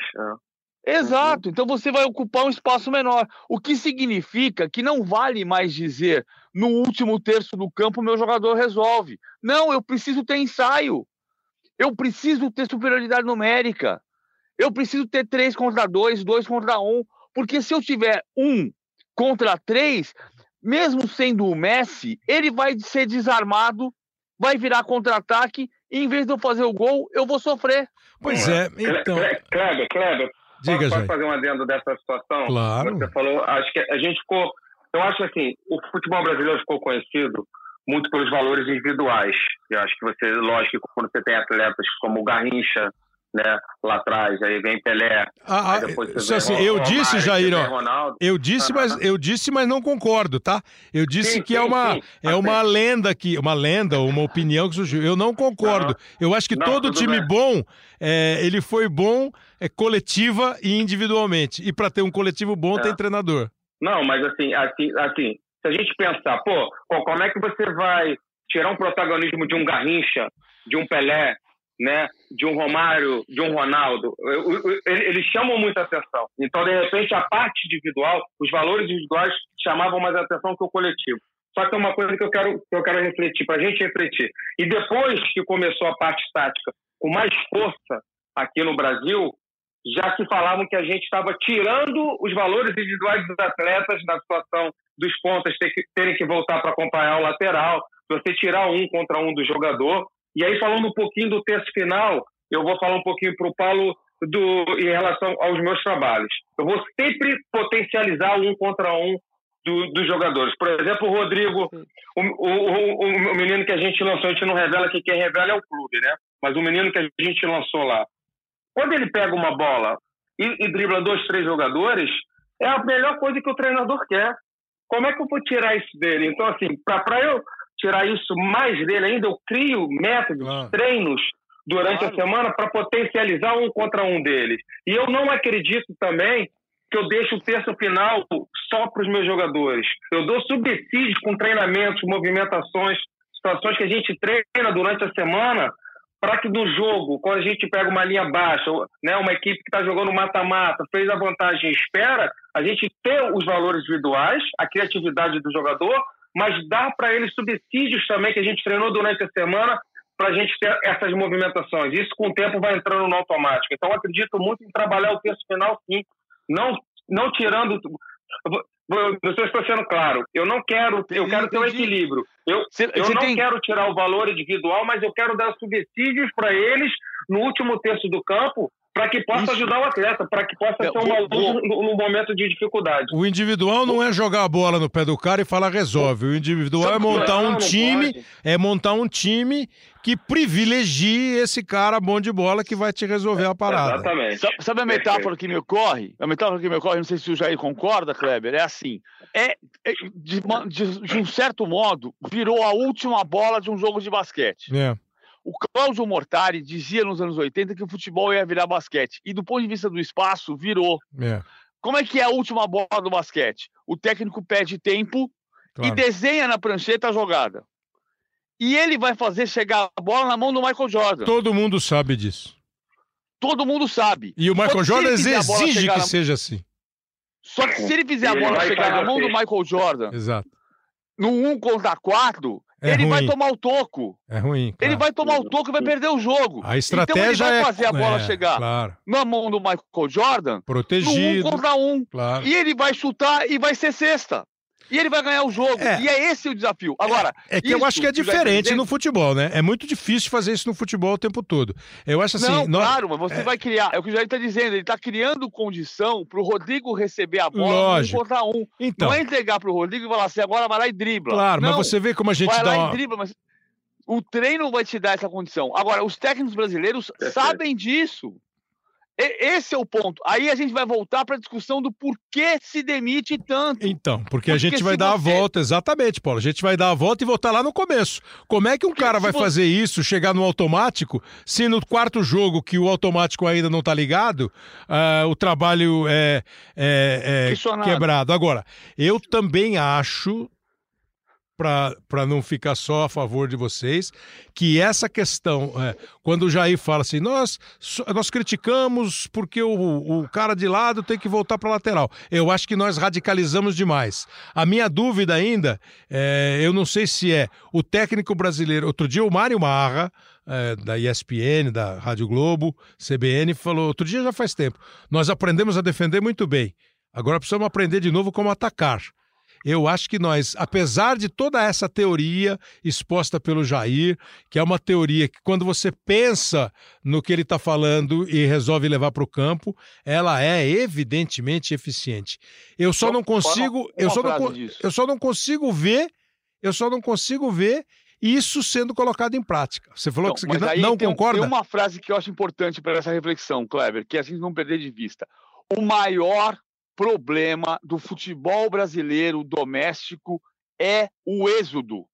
é. Exato, então você vai ocupar um espaço menor. O que significa que não vale mais dizer no último terço do campo meu jogador resolve. Não, eu preciso ter ensaio. Eu preciso ter superioridade numérica. Eu preciso ter três contra dois, dois contra um. Porque se eu tiver um contra três, mesmo sendo o Messi, ele vai ser desarmado, vai virar contra-ataque, e em vez de eu fazer o gol, eu vou sofrer. Pois é, então... Kleber, Kleber, Diga, posso fazer um adendo dessa situação? Claro. Você falou, acho que a gente ficou... Eu acho assim, o futebol brasileiro ficou conhecido muito pelos valores individuais. Eu acho que você, lógico, que quando você tem atletas como o Garrincha, né, lá atrás, aí vem Pelé. Ah, aí depois você assim, vem eu Romário, disse, Jair, ó, Ronaldo. eu disse, ah, mas eu disse, mas não concordo, tá? Eu disse sim, que sim, é uma sim. é uma assim. lenda que, uma lenda, uma opinião que surgiu. Eu não concordo. Ah, eu acho que não, todo time bem. bom, é, ele foi bom é, coletiva e individualmente. E para ter um coletivo bom é. tem treinador. Não, mas assim, assim, assim, se a gente pensar, pô, como é que você vai tirar um protagonismo de um Garrincha, de um Pelé, né, de um Romário, de um Ronaldo? Eles chamam muita atenção. Então, de repente, a parte individual, os valores individuais chamavam mais atenção que o coletivo. Só que é uma coisa que eu quero, que eu quero refletir, para a gente refletir. E depois que começou a parte tática com mais força aqui no Brasil, já se falavam que a gente estava tirando os valores individuais dos atletas na situação dos pontas ter que, terem que voltar para acompanhar o lateral, você tirar um contra um do jogador. E aí, falando um pouquinho do terço final, eu vou falar um pouquinho para o Paulo do, em relação aos meus trabalhos. Eu vou sempre potencializar um contra um do, dos jogadores. Por exemplo, o Rodrigo, o, o, o, o menino que a gente lançou, a gente não revela que quem revela é o clube, né? Mas o menino que a gente lançou lá, quando ele pega uma bola e, e dribla dois, três jogadores, é a melhor coisa que o treinador quer. Como é que eu vou tirar isso dele? Então, assim, para eu tirar isso mais dele ainda, eu crio métodos, ah. treinos durante claro. a semana para potencializar um contra um deles. E eu não acredito também que eu deixo o terço final só para os meus jogadores. Eu dou subsídios com treinamentos, movimentações, situações que a gente treina durante a semana para que no jogo, quando a gente pega uma linha baixa, né, uma equipe que está jogando mata-mata, fez a vantagem e espera, a gente ter os valores individuais, a criatividade do jogador, mas dá para eles subsídios também que a gente treinou durante a semana para a gente ter essas movimentações. Isso com o tempo vai entrando no automático. Então, eu acredito muito em trabalhar o terço final, sim, não, não tirando... Não sei se estou sendo claro. Eu não quero, eu quero ter um equilíbrio. Eu, cê, eu cê não tem... quero tirar o valor individual, mas eu quero dar subsídios para eles no último terço do campo para que possa Isso. ajudar o atleta, para que possa é, ser uma luz no, no momento de dificuldade. O individual não é jogar a bola no pé do cara e falar resolve. O individual é montar um time, é montar um time que privilegie esse cara bom de bola que vai te resolver a parada. Exatamente. Sabe, sabe a metáfora que me ocorre? A metáfora que me ocorre, não sei se o Jair concorda, Kleber, é assim, é, é de, de, de um certo modo, virou a última bola de um jogo de basquete. É. O Cláudio Mortari dizia nos anos oitenta que o futebol ia virar basquete. E do ponto de vista do espaço, virou. É. Como é que é a última bola do basquete? O técnico pede tempo claro. e desenha na prancheta a jogada. E ele vai fazer chegar a bola na mão do Michael Jordan. Todo mundo sabe disso. Todo mundo sabe. E o Michael Jordan exige que na... seja assim. Só que se ele fizer a bola chegar na mão do Michael Jordan, Exato. no um contra quatro... É ele ruim. vai tomar o toco. É ruim. Claro. Ele vai tomar o toco e vai perder o jogo. A estratégia então ele vai fazer é... a bola é, chegar claro. na mão do Michael Jordan, protegido, no um contra um. Claro. E ele vai chutar e vai ser cesta. E ele vai ganhar o jogo. É. E é esse o desafio. Agora, é, é que eu acho que é diferente dizendo... no futebol, né? É muito difícil fazer isso no futebol o tempo todo. Eu acho assim... Não, nós... claro, mas você é... vai criar... É o que o Jair está dizendo. Ele está criando condição para o Rodrigo receber a bola Lógico. um contra um. Então... Não é entregar para o Rodrigo e falar assim, agora vai lá e dribla. Claro, não, mas você vê como a gente vai dá lá uma... e dribla, mas... O treino vai te dar essa condição. Agora, os técnicos brasileiros é sabem disso. E, esse é o ponto. Aí a gente vai voltar para a discussão do porquê se demite tanto. Então, porque, porque a gente vai dar você... a volta, exatamente, Paulo. A gente vai dar a volta e voltar lá no começo. Como é que um porque cara vai você... fazer isso, chegar no automático, se no quarto jogo, que o automático ainda não tá ligado, uh, o trabalho é, é, é quebrado. Agora, eu também acho... para não ficar só a favor de vocês, que essa questão, é, quando o Jair fala assim, nós, nós criticamos porque o, o cara de lado tem que voltar para a lateral. Eu acho que nós radicalizamos demais. A minha dúvida ainda, é, eu não sei se é o técnico brasileiro, outro dia o Mário Marra, é, da E S P N, da Rádio Globo, C B N, falou, outro dia já faz tempo, nós aprendemos a defender muito bem, agora precisamos aprender de novo como atacar. Eu acho que nós, apesar de toda essa teoria exposta pelo Jair, que é uma teoria que quando você pensa no que ele está falando e resolve levar para o campo, ela é evidentemente eficiente. Eu só não consigo, eu só não, eu só não consigo ver, eu só não consigo ver isso sendo colocado em prática. Você falou então, que você não, não tem, concorda? Tem uma frase que eu acho importante para essa reflexão, Kleber, que a gente não perder de vista. O maior problema do futebol brasileiro doméstico é o êxodo.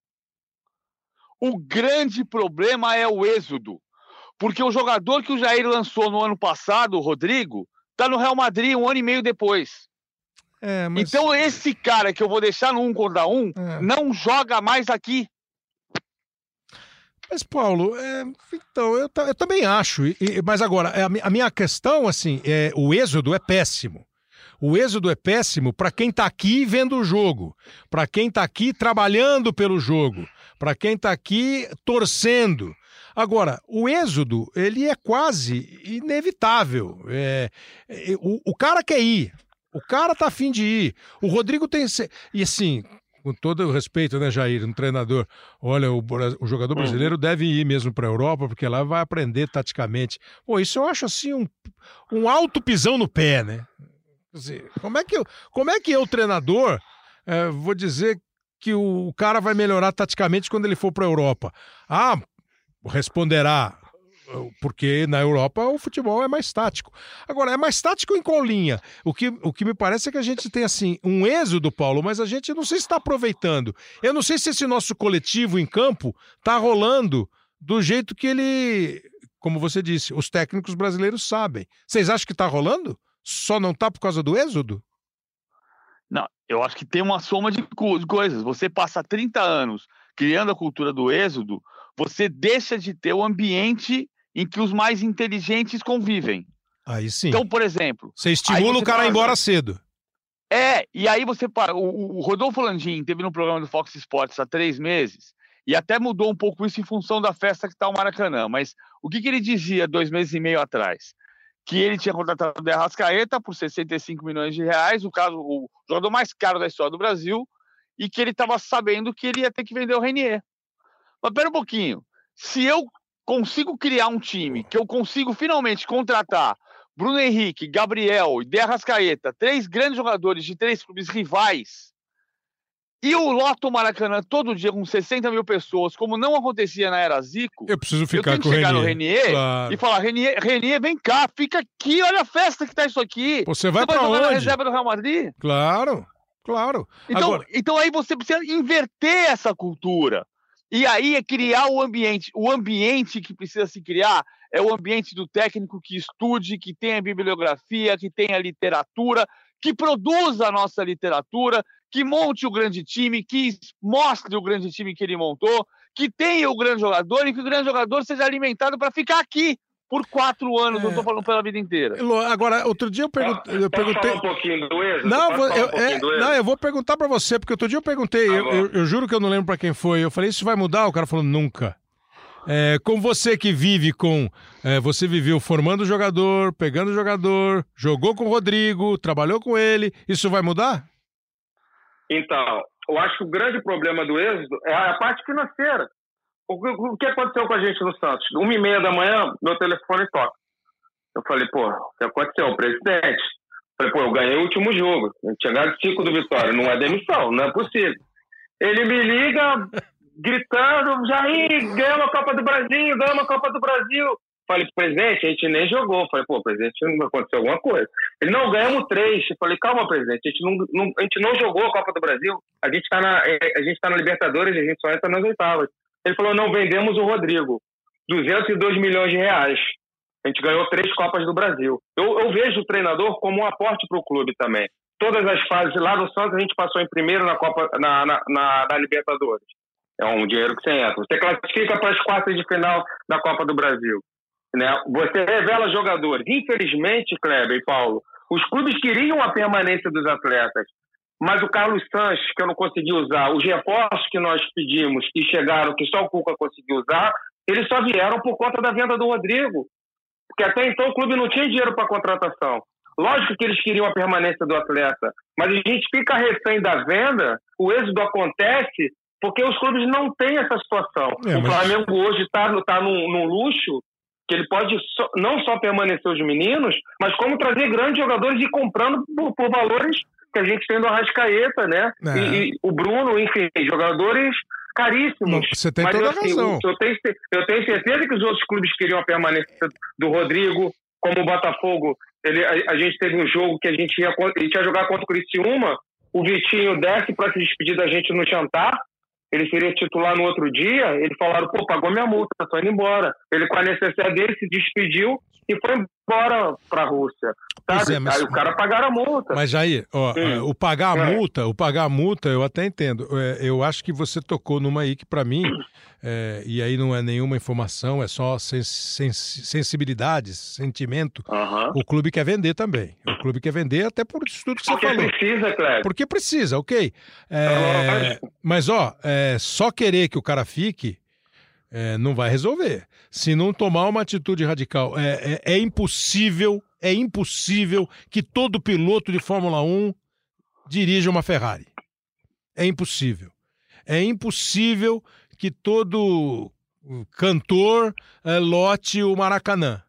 O grande problema é o êxodo. Porque o jogador que o Jair lançou no ano passado, o Rodrigo, está no Real Madrid um ano e meio depois. É, mas... Então esse cara que eu vou deixar no um contra um é. não joga mais aqui. Mas, Paulo, é, então, eu, eu também acho. E, mas agora, a, a minha questão, assim, é o êxodo é péssimo. O êxodo é péssimo para quem está aqui vendo o jogo, para quem está aqui trabalhando pelo jogo, para quem está aqui torcendo. Agora, o êxodo, ele é quase inevitável. É, é, o, o cara quer ir, o cara tá a fim de ir. O Rodrigo tem... E assim, com todo o respeito, né, Jair, um treinador, olha, o, o jogador brasileiro uhum. deve ir mesmo para a Europa, porque lá vai aprender taticamente. Pô, isso eu acho assim um, um alto pisão no pé, né? Como é que eu, como é que eu, treinador, é, vou dizer que o cara vai melhorar taticamente quando ele for para a Europa? Ah, responderá, porque na Europa o futebol é mais tático. Agora, é mais tático em qual linha? O que, o que me parece é que a gente tem, assim, um êxodo, Paulo, mas a gente não sei se está aproveitando. Eu não sei se esse nosso coletivo em campo está rolando do jeito que ele, como você disse, os técnicos brasileiros sabem. Vocês acham que está rolando? Só não tá por causa do êxodo? Não, eu acho que tem uma soma de, co- de coisas. Você passa trinta anos criando a cultura do êxodo, você deixa de ter o ambiente em que os mais inteligentes convivem. Aí sim. Então, por exemplo... Você estimula você o cara a ir embora cedo. É, e aí você... O, o Rodolfo Landim teve no programa do Fox Sports há três meses e até mudou um pouco isso em função da festa que está o Maracanã. Mas o que, que ele dizia dois meses e meio atrás? Que ele tinha contratado o Arrascaeta por sessenta e cinco milhões de reais, o, caso, o jogador mais caro da história do Brasil, e que ele estava sabendo que ele ia ter que vender o Renier. Mas pera um pouquinho, se eu consigo criar um time, que eu consigo finalmente contratar Bruno Henrique, Gabriel e De Arrascaeta, três grandes jogadores de três clubes rivais, e o loto Maracanã todo dia com sessenta mil pessoas, como não acontecia na era Zico, eu preciso ficar eu tenho com que chegar o no Renier claro. e falar, Renier, Renier, vem cá, fica aqui, olha a festa que tá isso aqui. Você vai Você pra vai jogar onde? na reserva do Real Madrid? Claro, claro. Então, Agora... então aí você precisa inverter essa cultura. E aí é criar o ambiente. O ambiente que precisa se criar é o ambiente do técnico que estude, que tenha bibliografia, que tenha literatura, que produza a nossa literatura, que monte o grande time, que mostre o grande time que ele montou, que tenha o grande jogador e que o grande jogador seja alimentado para ficar aqui por quatro anos, é... não estou falando pela vida inteira. Agora, outro dia eu, pergun... eu perguntei... Falar um pouquinho do Êxodo? Não, vou, eu, um é, do não, eu vou perguntar para você, porque outro dia eu perguntei, ah, eu, eu, eu juro que eu não lembro para quem foi, eu falei, isso vai mudar? O cara falou, nunca. É, com você que vive com... É, você viveu formando jogador, pegando jogador, jogou com o Rodrigo, trabalhou com ele, isso vai mudar? Então, eu acho que o grande problema do Êxodo é a parte financeira. O que aconteceu com a gente no Santos? Uma e meia da manhã, meu telefone toca. Eu falei, pô, o que aconteceu? O presidente. Eu falei, pô, eu ganhei o último jogo. Eu tinha ganhado cinco do Vitória. Não é demissão, não é possível. Ele me liga, gritando, Jair, ganhamos a Copa do Brasil, ganhamos a Copa do Brasil. Eu falei, presidente, a gente nem jogou. Eu falei, pô, presidente, não aconteceu alguma coisa. Ele, não, ganhamos três. Eu falei, calma, presidente, a gente não, não, a gente não jogou a Copa do Brasil. A gente tá na, a gente tá na Libertadores, a gente só entra nas oitavas. Ele falou, não, vendemos o Rodrigo. duzentos e dois milhões de reais. A gente ganhou três Copas do Brasil. Eu, eu vejo o treinador como um aporte para o clube também. Todas as fases lá do Santos, a gente passou em primeiro na, Copa, na, na, na, na Libertadores. É um dinheiro que você entra. Você classifica para as quartas de final da Copa do Brasil. Né? Você revela jogadores. Infelizmente, Kleber e Paulo, os clubes queriam a permanência dos atletas. Mas o Carlos Sanches, que eu não consegui usar, os reforços que nós pedimos, que chegaram, que só o Cuca conseguiu usar, eles só vieram por conta da venda do Rodrigo. Porque até então o clube não tinha dinheiro para contratação. Lógico que eles queriam a permanência do atleta, mas a gente fica refém da venda, o êxodo acontece porque os clubes não têm essa situação. É, mas... O Flamengo hoje está tá num, num luxo que ele pode so, não só permanecer os meninos, mas como trazer grandes jogadores e comprando por, por valores que a gente tem do Arrascaeta, né? É. E, e o Bruno, enfim, jogadores caríssimos. Não, você tem mas toda assim, razão. Eu tenho, eu tenho certeza que os outros clubes queriam a permanência do Rodrigo, como o Botafogo. Ele, a, a gente teve um jogo que a gente ia, a gente ia jogar contra o Criciúma, o Vitinho desce para se despedir da gente no jantar, ele seria titular no outro dia, eles falaram, pô, pagou minha multa, tô indo embora. Ele, com a necessidade dele, se despediu e foi embora para a Rússia. Sabe? É, mas... Aí o cara pagaram a multa. Mas, Jair, ó, hum. o pagar a é. multa, o pagar a multa, eu até entendo. Eu acho que você tocou numa aí que, para mim, é, e aí não é nenhuma informação, é só sens sens sensibilidade, sentimento. Uh-huh. O clube quer vender também. O clube quer vender até por isso tudo que você Porque falou. Porque precisa, Cléber. Porque precisa, ok. É, mas, ó, é, só querer que o cara fique... É, não vai resolver. Se não tomar uma atitude radical, é, é, é impossível, é impossível que todo piloto de Fórmula um dirija uma Ferrari. É impossível. É impossível que todo cantor é, lote o Maracanã,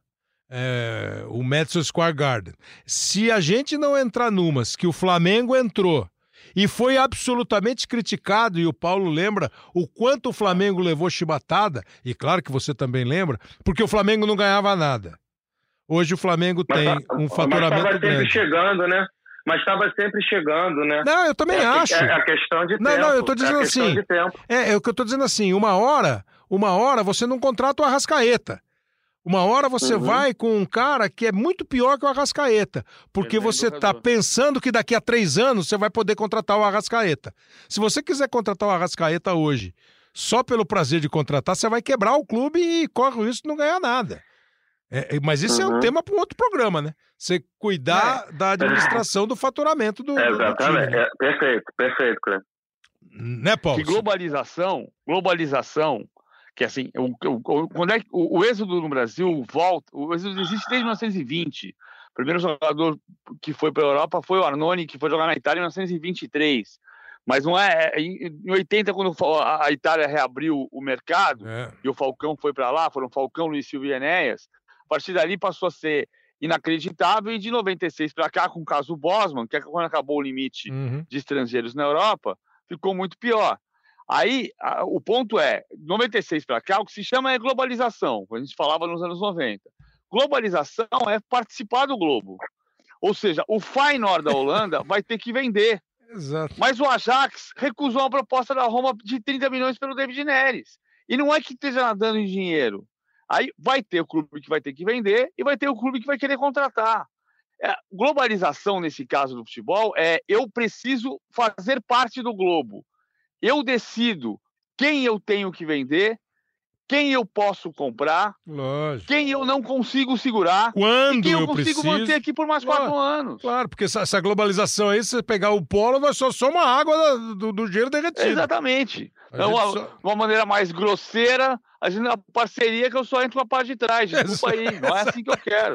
é, o Madison Square Garden. Se a gente não entrar numas que o Flamengo entrou, e foi absolutamente criticado, e o Paulo lembra o quanto o Flamengo levou chibatada, e claro que você também lembra, porque o Flamengo não ganhava nada. Hoje o Flamengo mas, tem um faturamento mas grande. Mas estava sempre chegando, né? Mas estava sempre chegando, né? Não, eu também é, acho. É a questão de não, tempo. Não, eu tô dizendo é assim, é, é o que eu tô dizendo assim, uma hora, uma hora você não contrata o Arrascaeta. Uma hora você uhum. vai com um cara que é muito pior que o Arrascaeta, porque é você está pensando que daqui a três anos você vai poder contratar o Arrascaeta. Se você quiser contratar o Arrascaeta hoje, só pelo prazer de contratar, você vai quebrar o clube e corre o risco de não ganhar nada. É, mas isso uhum. é um tema para um outro programa, né? Você cuidar é. da administração do faturamento do, é, do exatamente. time. Né? É, perfeito, perfeito, Cleber. Né, Paulo? Que globalização, globalização, que assim, o, o, quando é, o, o êxodo no Brasil volta, o êxodo existe desde mil novecentos e vinte. O primeiro jogador que foi para a Europa foi o Arnone, que foi jogar na Itália em mil novecentos e vinte e três. Mas não é, é em oitenta, quando a Itália reabriu o mercado, é. e o Falcão foi para lá, foram Falcão, Luiz Silvio e Enéas, a partir dali passou a ser inacreditável, e de noventa e seis para cá, com o caso Bosman, que é quando acabou o limite uhum. de estrangeiros na Europa, ficou muito pior. Aí, a, o ponto é, noventa e seis para cá, o que se chama é globalização, como a gente falava nos anos noventa. Globalização é participar do globo. Ou seja, o Feyenoord da Holanda vai ter que vender. Exato. Mas o Ajax recusou a proposta da Roma de trinta milhões pelo David Neres. E não é que esteja nadando em dinheiro. Aí vai ter o clube que vai ter que vender e vai ter o clube que vai querer contratar. É, globalização, nesse caso do futebol, é eu preciso fazer parte do globo. Eu decido quem eu tenho que vender, quem eu posso comprar, lógico, quem eu não consigo segurar, quando e quem eu, eu consigo preciso manter aqui por mais claro, quatro anos. Claro, porque essa, essa globalização aí, se você pegar o polo, nós só somos a água do, do, do gelo derretido. Exatamente. Então, uma, só... uma maneira mais grosseira, a gente, a parceria que eu só entro com a parte de trás. Desculpa aí, não é assim que eu quero.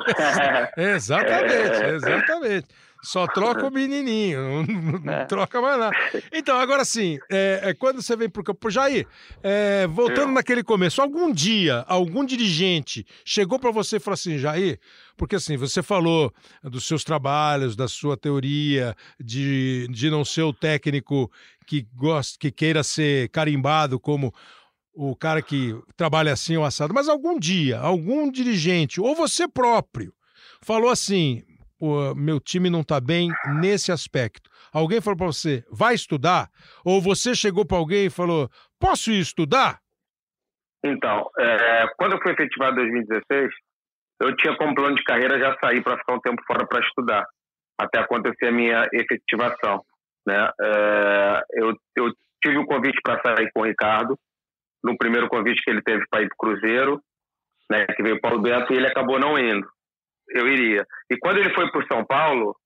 Exatamente, exatamente. Só troca o menininho, não, não é. troca mais nada. Então, agora sim, é, é quando você vem para o campo... Jair, é, voltando é. naquele começo, algum dia, algum dirigente chegou para você e falou assim, Jair, porque assim, você falou dos seus trabalhos, da sua teoria, de, de não ser o técnico que, gosta, que queira ser carimbado como o cara que trabalha assim ou assado, mas algum dia, algum dirigente, ou você próprio, falou assim... O meu time não está bem nesse aspecto. Alguém falou para você, vai estudar? Ou você chegou para alguém e falou, posso ir estudar? Então, é, quando eu fui efetivado em dois mil e dezesseis, eu tinha como plano de carreira já sair para ficar um tempo fora para estudar, até acontecer a minha efetivação. Né? É, eu, eu tive o convite para sair com o Ricardo, no primeiro convite que ele teve para ir para o Cruzeiro, né, que veio o Paulo Bento, e ele acabou não indo. Eu iria. E quando ele foi para o São Paulo,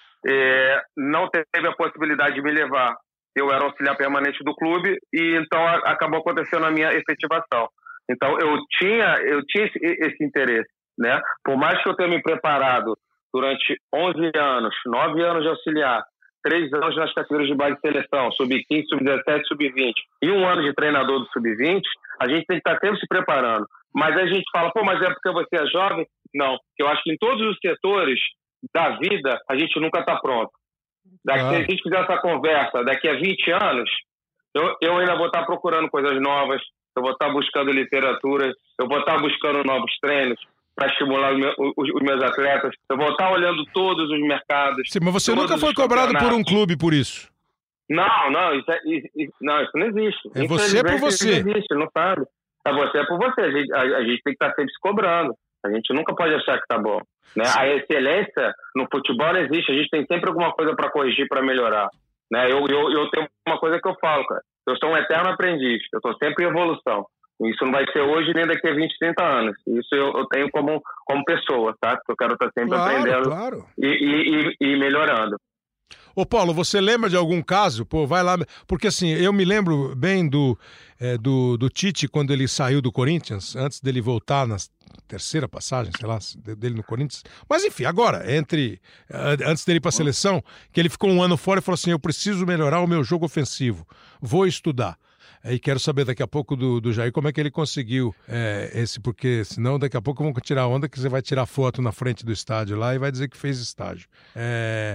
é, não teve a possibilidade de me levar. Eu era auxiliar permanente do clube e então a, acabou acontecendo a minha efetivação. Então eu tinha, eu tinha esse, esse interesse, né? Por mais que eu tenha me preparado durante onze anos, nove anos de auxiliar, três anos nas categorias de base de seleção, sub quinze, sub dezessete, sub vinte e um ano de treinador do sub vinte, a gente tem que estar sempre se preparando. Mas a gente fala, pô, mas é porque você é jovem? Não, eu acho que em todos os setores da vida a gente nunca está pronto. Daqui, ah. Se a gente fizer essa conversa daqui a vinte anos, eu, eu ainda vou estar procurando coisas novas, eu vou estar buscando literatura, eu vou estar buscando novos treinos para estimular os meus, os meus atletas, eu vou estar olhando todos os mercados. Sim, mas você nunca foi cobrado por um clube por isso? Não, não, isso, é, isso, não, isso não existe. É você por você. Isso não existe, não sabe. É você por você. A gente, a, a gente tem que estar sempre se cobrando. A gente nunca pode achar que tá bom. Né? A excelência no futebol não existe. A gente tem sempre alguma coisa para corrigir, para melhorar. Né? Eu, eu, eu tenho uma coisa que eu falo, cara. Eu sou um eterno aprendiz. Eu estou sempre em evolução. Isso não vai ser hoje nem daqui a vinte, trinta anos. Isso eu, eu tenho como, como pessoa, tá? Eu quero estar sempre claro, aprendendo claro. E, e, e, e melhorando. Ô Paulo, você lembra de algum caso? Pô, vai lá. Porque assim, eu me lembro bem do, é, do, do Tite quando ele saiu do Corinthians, antes dele voltar na terceira passagem, sei lá, dele no Corinthians. Mas enfim, agora, entre antes dele ir para a seleção, que ele ficou um ano fora e falou assim, eu preciso melhorar o meu jogo ofensivo, vou estudar. E quero saber daqui a pouco do, do Jair como é que ele conseguiu é, esse, porque senão daqui a pouco vão tirar onda que você vai tirar foto na frente do estádio lá e vai dizer que fez estágio. É...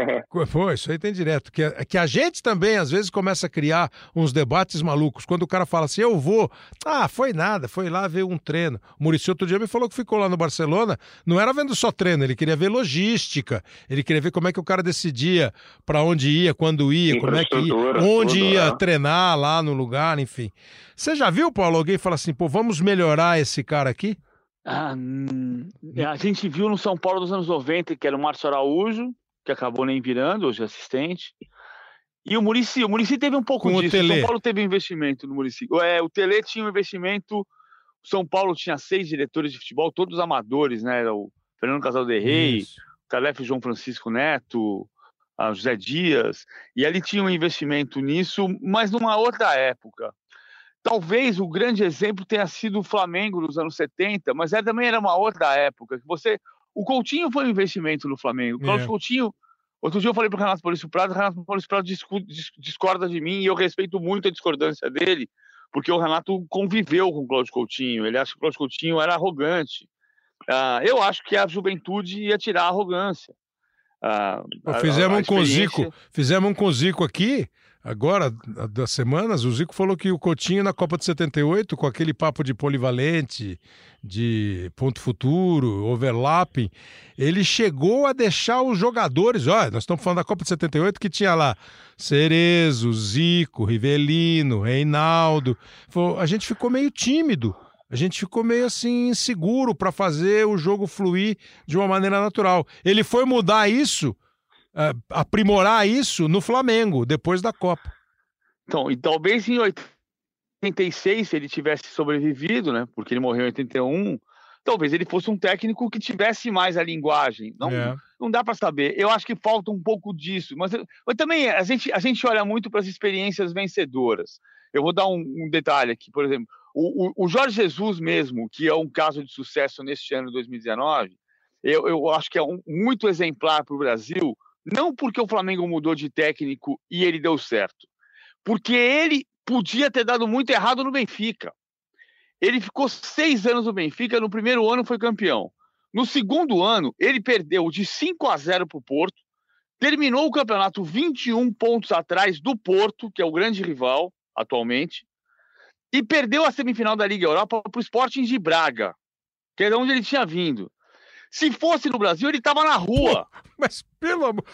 Pô, isso aí tem direto. Que, que a gente também, às vezes, começa a criar uns debates malucos. Quando o cara fala assim, eu vou, ah, foi nada, foi lá ver um treino. O Muricy outro dia me falou que ficou lá no Barcelona, não era vendo só treino, ele queria ver logística, ele queria ver como é que o cara decidia para onde ia, quando ia, como é que ia, onde tudo, ia é. treinar lá no lugar. Enfim. Você já viu, Paulo, alguém falar assim, pô, vamos melhorar esse cara aqui? Ah, hum, a gente viu no São Paulo dos anos noventa, que era o Márcio Araújo, que acabou nem virando, hoje assistente. E o Muricy, o Muricy teve um pouco Com disso. O, o São Paulo teve um investimento no Muricy. É, o Telê tinha um investimento, o São Paulo tinha seis diretores de futebol, todos amadores, né? O Fernando Casal de Rey, o Calef João Francisco Neto, a José Dias, e ali tinha um investimento nisso, mas numa outra época. Talvez o grande exemplo tenha sido o Flamengo nos anos setenta, mas é, também era uma outra época. Que você, o Coutinho foi um investimento no Flamengo. O Cláudio é. Coutinho, outro dia eu falei para o Renato Maurício Prado, o Renato Maurício Prado discorda de mim e eu respeito muito a discordância dele, porque o Renato conviveu com o Cláudio Coutinho, ele acha que o Cláudio Coutinho era arrogante. uh, eu acho que a Juventude ia tirar a arrogância. Uh, fizemos, a, a um com Zico, fizemos um com o Zico aqui, agora, das semanas, o Zico falou que o Coutinho na Copa de setenta e oito, com aquele papo de polivalente, de ponto futuro, overlapping, ele chegou a deixar os jogadores, olha, nós estamos falando da Copa de setenta e oito, que tinha lá Cerezo, Zico, Rivelino, Reinaldo, falou, a gente ficou meio tímido. A gente ficou meio assim inseguro para fazer o jogo fluir de uma maneira natural. Ele foi mudar isso, uh, aprimorar isso no Flamengo, depois da Copa. Então, e talvez em oitenta e seis, se ele tivesse sobrevivido, né? Porque ele morreu em oitenta e um, talvez ele fosse um técnico que tivesse mais a linguagem. Não, é. não dá para saber. Eu acho que falta um pouco disso. Mas, mas também a gente, a gente olha muito para as experiências vencedoras. Eu vou dar um, um detalhe aqui, por exemplo. O, o, o Jorge Jesus mesmo, que é um caso de sucesso neste ano de dois mil e dezenove, eu, eu acho que é um, muito exemplar para o Brasil, não porque o Flamengo mudou de técnico e ele deu certo, porque ele podia ter dado muito errado no Benfica. Ele ficou seis anos no Benfica, no primeiro ano foi campeão. No segundo ano, ele perdeu de cinco a zero para o Porto, terminou o campeonato vinte e um pontos atrás do Porto, que é o grande rival atualmente, e perdeu a semifinal da Liga Europa para o Sporting de Braga, que era onde ele tinha vindo. Se fosse no Brasil, ele estava na rua. Pô, mas pelo amor...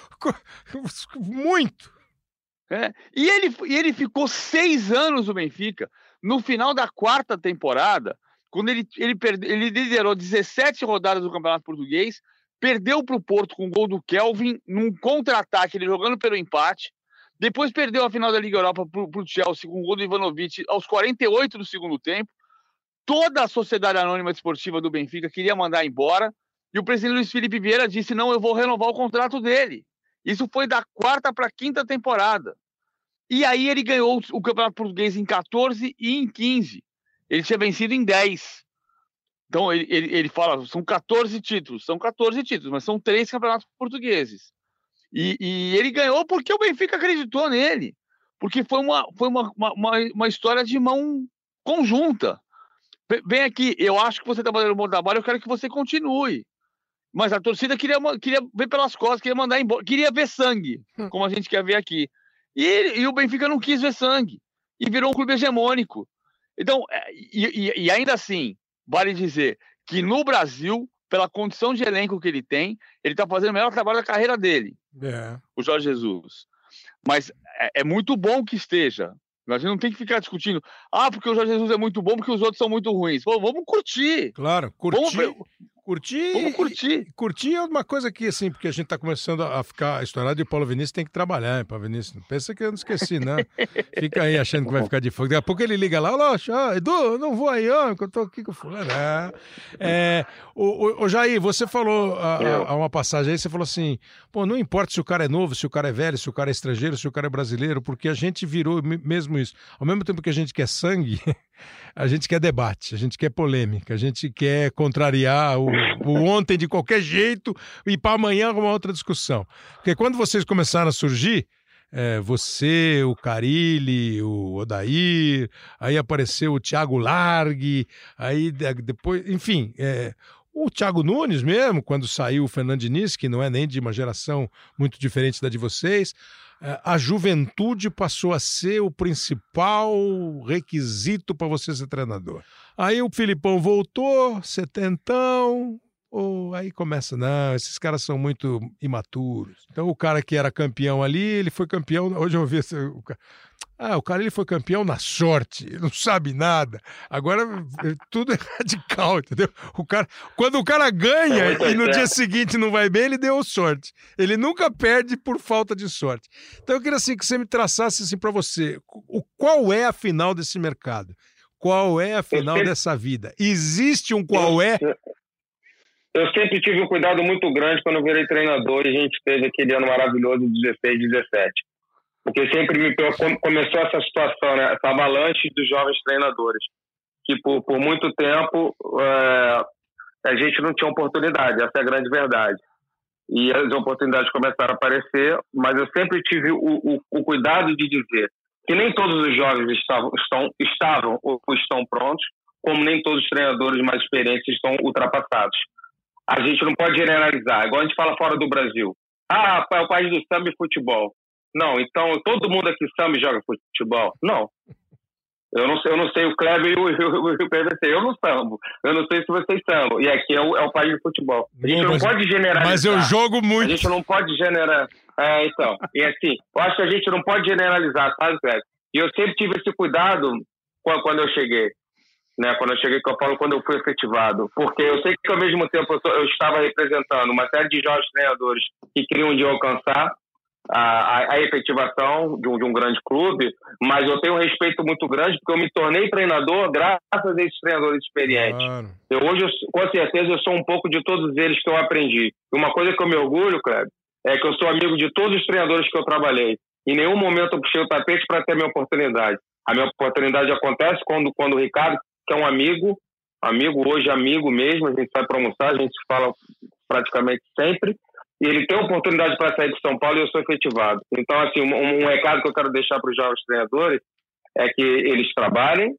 Muito! É. E, ele, e ele ficou seis anos no Benfica. No final da quarta temporada, quando ele, ele, perde, ele liderou dezessete rodadas do Campeonato Português, perdeu para o Porto com o gol do Kelvin, num contra-ataque, ele jogando pelo empate. Depois perdeu a final da Liga Europa para o Chelsea com o gol do Ivanovic aos quarenta e oito do segundo tempo. Toda a Sociedade Anônima Desportiva do Benfica queria mandar embora. E o presidente Luiz Felipe Vieira disse, não, eu vou renovar o contrato dele. Isso foi da quarta para a quinta temporada. E aí ele ganhou o Campeonato Português em quatorze e em quinze. Ele tinha vencido em dez. Então ele, ele, ele fala, são quatorze títulos. São quatorze títulos, mas são três campeonatos portugueses. E, e ele ganhou porque o Benfica acreditou nele. Porque foi uma, foi uma, uma, uma história de mão conjunta. Vem aqui, eu acho que você está fazendo um bom trabalho, eu quero que você continue. Mas a torcida queria, queria ver pelas costas, queria mandar embora, queria ver sangue, como a gente quer ver aqui. E, e o Benfica não quis ver sangue. E virou um clube hegemônico. Então, e, e, e ainda assim, vale dizer que no Brasil, pela condição de elenco que ele tem, ele está fazendo o melhor trabalho da carreira dele. É. O Jorge Jesus. Mas é, é muito bom que esteja. A gente não tem que ficar discutindo. Ah, porque o Jorge Jesus é muito bom, porque os outros são muito ruins. Pô, vamos curtir. Claro, curtir. Vamos, curtir. Vamos curtir. E, curtir é uma coisa que, assim, porque a gente tá começando a ficar estourado e o Paulo Vinícius tem que trabalhar, hein, Paulo Vinícius? Não pensa que eu não esqueci, não. Fica aí achando que vai ficar de fogo. Daqui a pouco ele liga lá, ó, oh, Edu, eu não vou aí, ó, que eu tô aqui com o fulano. É, o, o, o Jair, você falou a, a, a uma passagem aí, você falou assim, pô, não importa se o cara é novo, se o cara é velho, se o cara é estrangeiro, se o cara é brasileiro, porque a gente virou mesmo isso. Ao mesmo tempo que a gente quer sangue, a gente quer debate, a gente quer polêmica, a gente quer contrariar o, o ontem de qualquer jeito e para amanhã uma outra discussão. Porque quando vocês começaram a surgir, é, você, o Carille, o Odair, aí apareceu o Thiago Largue, aí depois, enfim, é, o Thiago Nunes mesmo, quando saiu o Fernando Diniz, que não é nem de uma geração muito diferente da de vocês, a juventude passou a ser o principal requisito para você ser treinador. Aí o Filipão voltou, setentão, oh, aí começa, não, esses caras são muito imaturos. Então o cara que era campeão ali, ele foi campeão, hoje eu ouvi esse, o cara, ah, o cara ele foi campeão na sorte, ele não sabe nada. Agora tudo é radical, entendeu? O cara, quando o cara ganha é e no certo. Dia seguinte não vai bem, ele deu sorte. Ele nunca perde por falta de sorte. Então eu queria assim que você me traçasse assim para você, o, qual é a final desse mercado? Qual é a final sempre, dessa vida? Existe um qual é? Eu sempre tive um cuidado muito grande quando eu virei treinador e a gente teve aquele ano maravilhoso de dezesseis, dezessete. Porque sempre me começou essa situação, né? Essa avalanche dos jovens treinadores, que por, por muito tempo é, a gente não tinha oportunidade, essa é a grande verdade. E as oportunidades começaram a aparecer, mas eu sempre tive o, o, o cuidado de dizer que nem todos os jovens estavam, estão, estavam ou estão prontos, como nem todos os treinadores mais experientes estão ultrapassados. a gente não pode generalizar, igual a gente fala fora do Brasil. Ah, é o país do samba e futebol. Não, então todo mundo aqui samba e joga futebol? Não. Eu não sei, eu não sei o Kleber e o, o, o P V C, eu não sambo. Eu não sei se vocês sambam. E aqui é o, é o país do futebol. A gente não, mas, pode generalizar. Mas eu jogo muito. A gente não pode generar. É, então. E assim, eu acho que a gente não pode generalizar, sabe, Kleber? E eu sempre tive esse cuidado quando, quando eu cheguei. Né? Quando eu cheguei, que eu falo quando eu fui efetivado. Porque eu sei que ao mesmo tempo eu, sou, eu estava representando uma série de jovens treinadores que queriam um dia alcançar A, a, a efetivação de um, de um grande clube, mas eu tenho um respeito muito grande porque eu me tornei treinador graças a esses treinadores experientes. Claro. Eu, hoje, eu, com certeza, eu sou um pouco de todos eles que eu aprendi. E uma coisa que eu me orgulho, Kleber, é que eu sou amigo de todos os treinadores que eu trabalhei. Em nenhum momento eu puxei o tapete para ter a minha oportunidade. A minha oportunidade acontece quando, quando o Ricardo, que é um amigo, amigo hoje, amigo mesmo, a gente sai para almoçar, a gente se fala praticamente sempre, e ele tem oportunidade para sair de São Paulo e eu sou efetivado. Então, assim, um, um recado que eu quero deixar para os jovens treinadores é que eles trabalhem,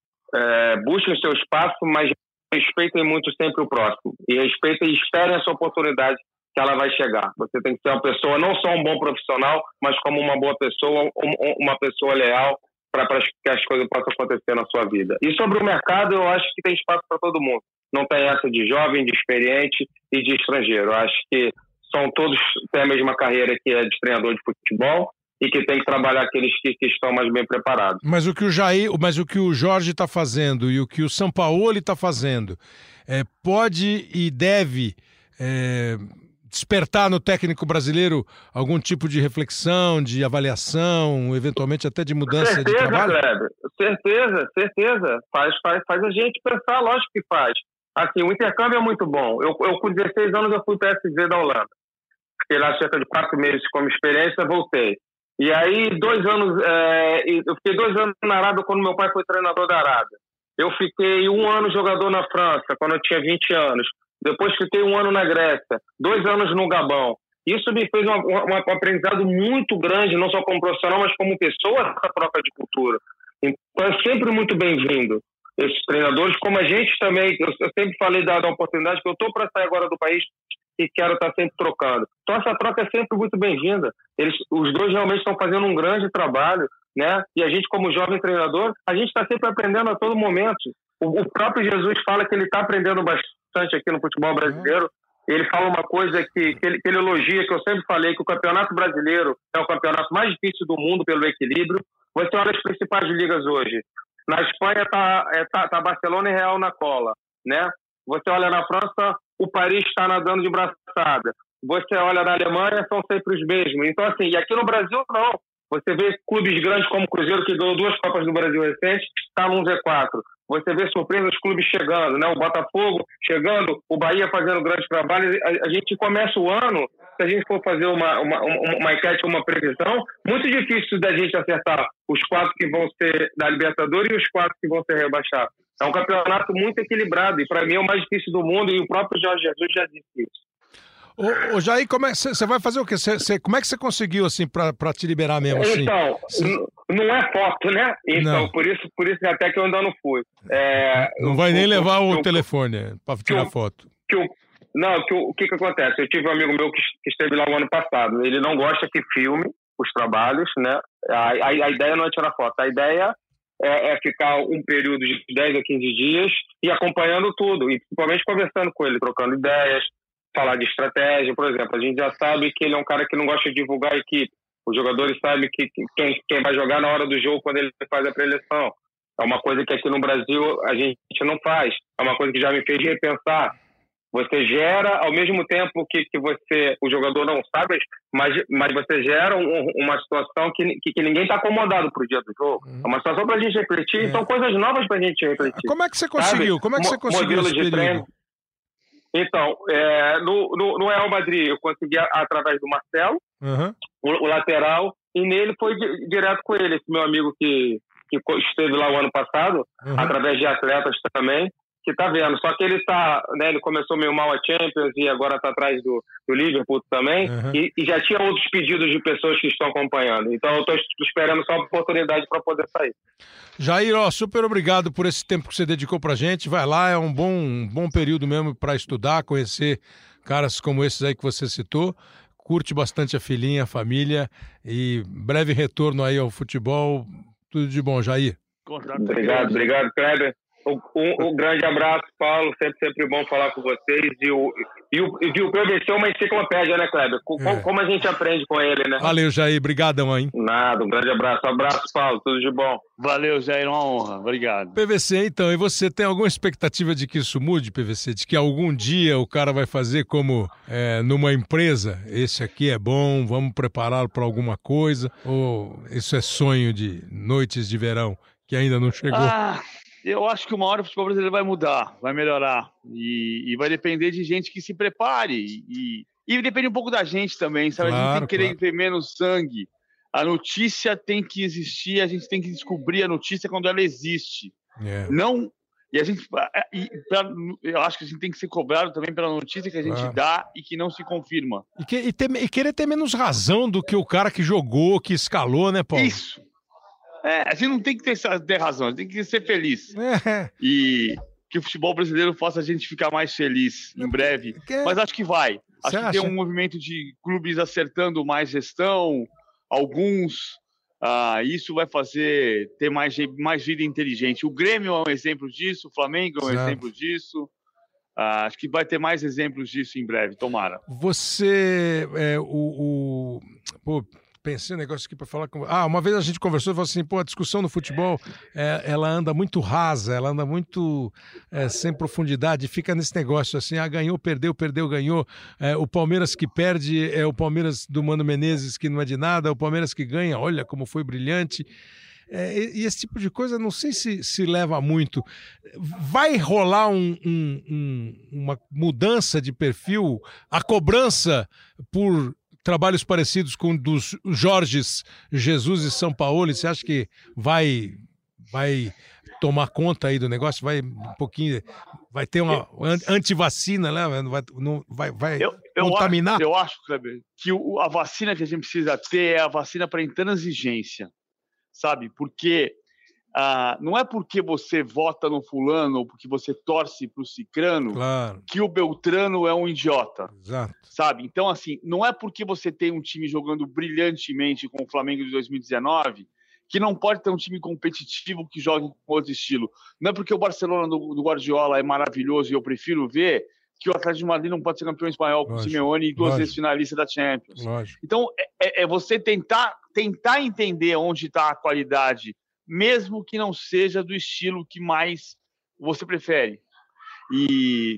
é, busquem o seu espaço, mas respeitem muito sempre o próximo. E respeitem e esperem a sua oportunidade, que ela vai chegar. Você tem que ser uma pessoa, não só um bom profissional, mas como uma boa pessoa, uma pessoa leal, para que as coisas possam acontecer na sua vida. E sobre o mercado, eu acho que tem espaço para todo mundo. Não tem essa de jovem, de experiente e de estrangeiro. Eu acho que são todos, têm a mesma carreira que é de treinador de futebol e que tem que trabalhar aqueles que, que estão mais bem preparados. Mas o que o Jair, mas o que o Jorge está fazendo e o que o Sampaoli está fazendo é, pode e deve é, despertar no técnico brasileiro algum tipo de reflexão, de avaliação, eventualmente até de mudança certeza, de trabalho? Kleber, certeza, certeza. Faz, faz, faz a gente pensar, lógico que faz. Assim, o intercâmbio é muito bom. Eu, eu com dezesseis anos eu fui para a P S V da Holanda. Fiquei lá cerca de quatro meses como experiência, voltei. E aí, dois anos, é, eu fiquei dois anos na Arábia quando meu pai foi treinador da Arábia. Eu fiquei um ano jogador na França, quando eu tinha vinte anos. Depois fiquei um ano na Grécia, dois anos no Gabão. Isso me fez uma, uma, um aprendizado muito grande, não só como profissional, mas como pessoa, essa troca de cultura. Então é sempre muito bem-vindo. Esses treinadores, como a gente também, eu, eu sempre falei da, da oportunidade que eu estou para sair agora do país e quero estar sempre trocando. Então essa troca é sempre muito bem-vinda. Eles, os dois realmente estão fazendo um grande trabalho, né? E a gente, como jovem treinador, a gente está sempre aprendendo a todo momento. O, o próprio Jesus fala que ele está aprendendo bastante aqui no futebol brasileiro. Ele fala uma coisa que, que, ele, que ele elogia, que eu sempre falei, que o Campeonato Brasileiro é o campeonato mais difícil do mundo pelo equilíbrio. Você olha as principais ligas hoje. Na Espanha está é, tá, tá Barcelona e Real na cola, né? Você olha na França, o Paris está nadando de braçada. Você olha na Alemanha, são sempre os mesmos. Então, assim, e aqui no Brasil, não. Você vê clubes grandes como o Cruzeiro, que ganhou duas Copas do Brasil recentes, está no Z quatro. Você vê surpresas, clubes chegando, né? O Botafogo chegando, o Bahia fazendo grandes trabalhos. A, a gente começa o ano, se a gente for fazer uma, uma, uma, uma enquete, uma previsão, muito difícil da gente acertar os quatro que vão ser da Libertadores e os quatro que vão ser rebaixados. É um campeonato muito equilibrado e, para mim, é o mais difícil do mundo e o próprio Jorge Jesus já disse isso. Ô, ô Jair, como é, você vai fazer o quê? Cê, cê, como é que você conseguiu, assim, pra, pra te liberar mesmo, assim? Então, cê... não é foto, né? Então, por isso, por isso até que eu ainda não fui. É, não vai eu, nem eu, levar eu, o eu, telefone pra tirar eu, foto. Que eu, não, que eu, o que que acontece? Eu tive um amigo meu que, que esteve lá o ano passado. Ele não gosta que filme os trabalhos, né? A, a, a ideia não é tirar foto. A ideia é, é ficar um período de dez a quinze dias e acompanhando tudo. E principalmente conversando com ele, trocando ideias, falar de estratégia, por exemplo. A gente já sabe que ele é um cara que não gosta de divulgar a equipe. Os jogadores sabem que quem, quem vai jogar na hora do jogo quando ele faz a preleção. É uma coisa que aqui no Brasil a gente não faz. É uma coisa que já me fez repensar. Você gera, ao mesmo tempo que, que você, o jogador não sabe, mas, mas você gera um, uma situação que, que, que ninguém está acomodado para o dia do jogo. É uma situação para a gente refletir, é. São coisas novas para a gente refletir. Como é que você conseguiu? Como é que você conseguiu esse de treino? Então, é, no, no, no Real Madrid, eu consegui através do Marcelo, uhum. o, o lateral, e nele foi di, direto com ele, esse meu amigo que, que esteve lá o ano passado, uhum. através de atletas também. que tá vendo. Só que ele tá, né, ele começou meio mal a Champions e agora tá atrás do, do Liverpool também, uhum. e, e já tinha outros pedidos de pessoas que estão acompanhando. Então eu tô esperando só a oportunidade para poder sair. Jair, ó, super obrigado por esse tempo que você dedicou pra gente. Vai lá, é um bom, um bom período mesmo para estudar, conhecer caras como esses aí que você citou. Curte bastante a filhinha, a família e breve retorno aí ao futebol. Tudo de bom, Jair. Obrigado, obrigado, Kleber. Um, um, um grande abraço, Paulo. Sempre, sempre bom falar com vocês. E o, e o, e o P V C é uma enciclopédia, né, Kleber? Como, é. como a gente aprende com ele, né? Valeu, Jair. Obrigadão, hein? Nada, um grande abraço. Um abraço, Paulo. Tudo de bom. Valeu, Jair. Uma honra. Obrigado. P V C, então. E você tem alguma expectativa de que isso mude, P V C? De que algum dia o cara vai fazer como é, numa empresa? Esse aqui é bom, vamos prepará-lo para alguma coisa? Ou isso é sonho de noites de verão que ainda não chegou? Ah... Eu acho que uma hora o futebol brasileiro vai mudar, vai melhorar. E, e vai depender de gente que se prepare. E, e depende um pouco da gente também, sabe? Claro, a gente tem que querer claro. ter menos sangue. A notícia tem que existir, a gente tem que descobrir a notícia quando ela existe. Yeah. Não... E a gente... E pra, eu acho que a gente tem que ser cobrado também pela notícia que a gente claro. dá e que não se confirma. E, que, e, ter, e querer ter menos razão do que o cara que jogou, que escalou, né, Paulo? Isso. É, a gente não tem que ter, ter razão, a gente tem que ser feliz. É. E que o futebol brasileiro faça a gente ficar mais feliz em breve. Que... Mas acho que vai. Acho Você que acha? Tem um movimento de clubes acertando mais gestão, alguns. Ah, isso vai fazer ter mais, mais vida inteligente. O Grêmio é um exemplo disso, o Flamengo é um Exato. exemplo disso. Ah, acho que vai ter mais exemplos disso em breve, tomara. Você, é, o... o... Pô, pensei um negócio aqui para falar com... Ah, uma vez a gente conversou e falou assim, pô, a discussão no futebol, é, ela anda muito rasa, ela anda muito é, sem profundidade, fica nesse negócio assim, ah, ganhou, perdeu, perdeu, ganhou. É, o Palmeiras que perde é o Palmeiras do Mano Menezes que não é de nada, o Palmeiras que ganha, olha como foi brilhante. É, e esse tipo de coisa, não sei se, se leva muito. Vai rolar um, um, um, uma mudança de perfil, a cobrança por... trabalhos parecidos com dos Jorges Jesus e São Paulo, você acha que vai, vai tomar conta aí do negócio? Vai um pouquinho, vai ter uma antivacina, né? Vai, não, vai, vai eu, eu contaminar? Acho, eu acho, Kleber, que o, a vacina que a gente precisa ter é a vacina para intransigência, sabe? Porque ah, não é porque você vota no fulano ou porque você torce para o cicrano claro. que o Beltrano é um idiota. Exato. Sabe? Então, assim, não é porque você tem um time jogando brilhantemente com o Flamengo de dois mil e dezenove que não pode ter um time competitivo que jogue com outro estilo. Não é porque o Barcelona do, do Guardiola é maravilhoso e eu prefiro ver que o Atlético de Madrid não pode ser campeão espanhol com o Simeone e duas lógico. vezes finalista da Champions. Lógico. Então, é, é você tentar, tentar entender onde está a qualidade, mesmo que não seja do estilo que mais você prefere. E...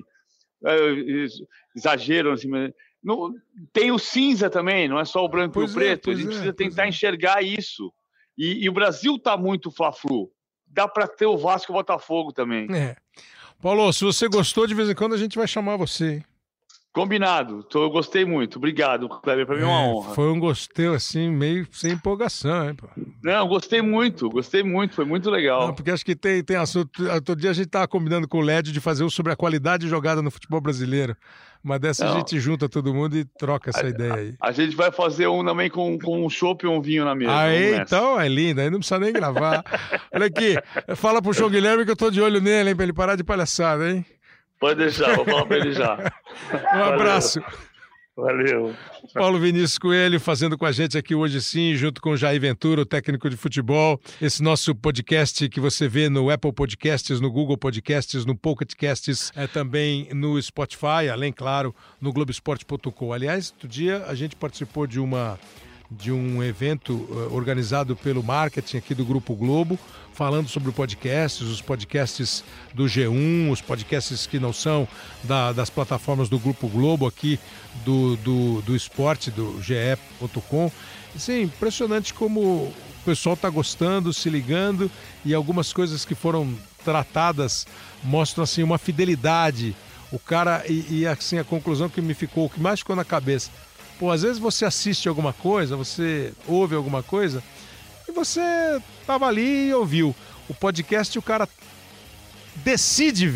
exagero, assim, mas não, tem o cinza também, não é só o branco pois e o preto, é, a gente é, precisa tentar é. enxergar isso. E, e o Brasil tá muito fla-flu, dá para ter o Vasco e o Botafogo também. É. Paulo, se você gostou, de vez em quando a gente vai chamar você. Combinado, tô, eu gostei muito, obrigado, Kleber, para mim é uma honra. Foi um gostei assim, meio sem empolgação, hein, pô? Não, gostei muito, gostei muito, foi muito legal. Não, porque acho que tem, tem assunto, todo dia a gente tava combinando com o Lédio de fazer um sobre a qualidade jogada no futebol brasileiro, mas dessa Não. a gente junta todo mundo e troca essa a, ideia aí. A, a gente vai fazer um também com, com um chopp e um vinho na mesa. Aí, então, é lindo, aí não precisa nem gravar. Olha aqui, fala pro João Guilherme que eu tô de olho nele, hein, pra ele parar de palhaçada, hein? Pode deixar, vou falar pra ele já. Um abraço. Valeu. Paulo Vinícius Coelho fazendo com a gente aqui hoje sim, junto com o Jair Ventura, o técnico de futebol. Esse nosso podcast que você vê no Apple Podcasts, no Google Podcasts, no Pocket Casts, é também no Spotify, além, claro, no Globoesporte ponto com. Aliás, outro dia a gente participou de uma... de um evento uh, organizado pelo marketing aqui do Grupo Globo, falando sobre podcasts, os podcasts do G um, os podcasts que não são da, das plataformas do Grupo Globo aqui, do, do, do esporte, do G E ponto com. Assim, impressionante como o pessoal está gostando, se ligando, e algumas coisas que foram tratadas mostram assim, uma fidelidade. O cara, e, e assim, a conclusão que me ficou, o que mais ficou na cabeça, pô, às vezes você assiste alguma coisa, você ouve alguma coisa e você tava ali e ouviu. O podcast o cara decide ver.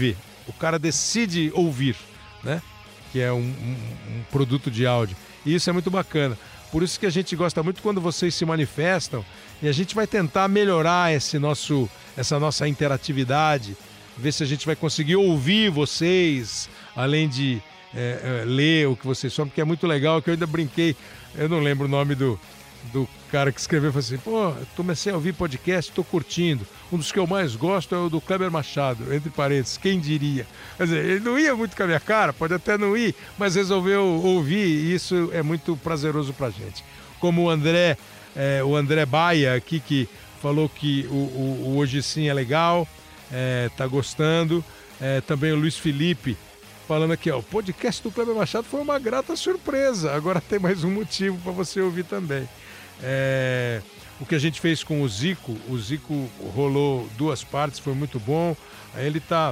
o cara decide ouvir, né? Que é um, um, um produto de áudio. E isso é muito bacana. Por isso que a gente gosta muito quando vocês se manifestam e a gente vai tentar melhorar esse nosso, essa nossa interatividade, ver se a gente vai conseguir ouvir vocês, além de é, é, ler o que vocês falam, porque é muito legal, que eu ainda brinquei, eu não lembro o nome do, do cara que escreveu, falou assim, pô, comecei a ouvir podcast, tô curtindo. Um dos que eu mais gosto é o do Kleber Machado, entre parênteses, quem diria? Quer dizer, ele não ia muito com a minha cara, pode até não ir, mas resolveu ouvir e isso é muito prazeroso pra gente. Como o André, é, o André Baia aqui, que falou que o, o, o Hoje Sim é legal, é, tá gostando. É, também o Luiz Felipe falando aqui, ó, o podcast do Kleber Machado foi uma grata surpresa, agora tem mais um motivo para você ouvir também. É, o que a gente fez com o Zico, o Zico rolou duas partes, foi muito bom. Aí ele tá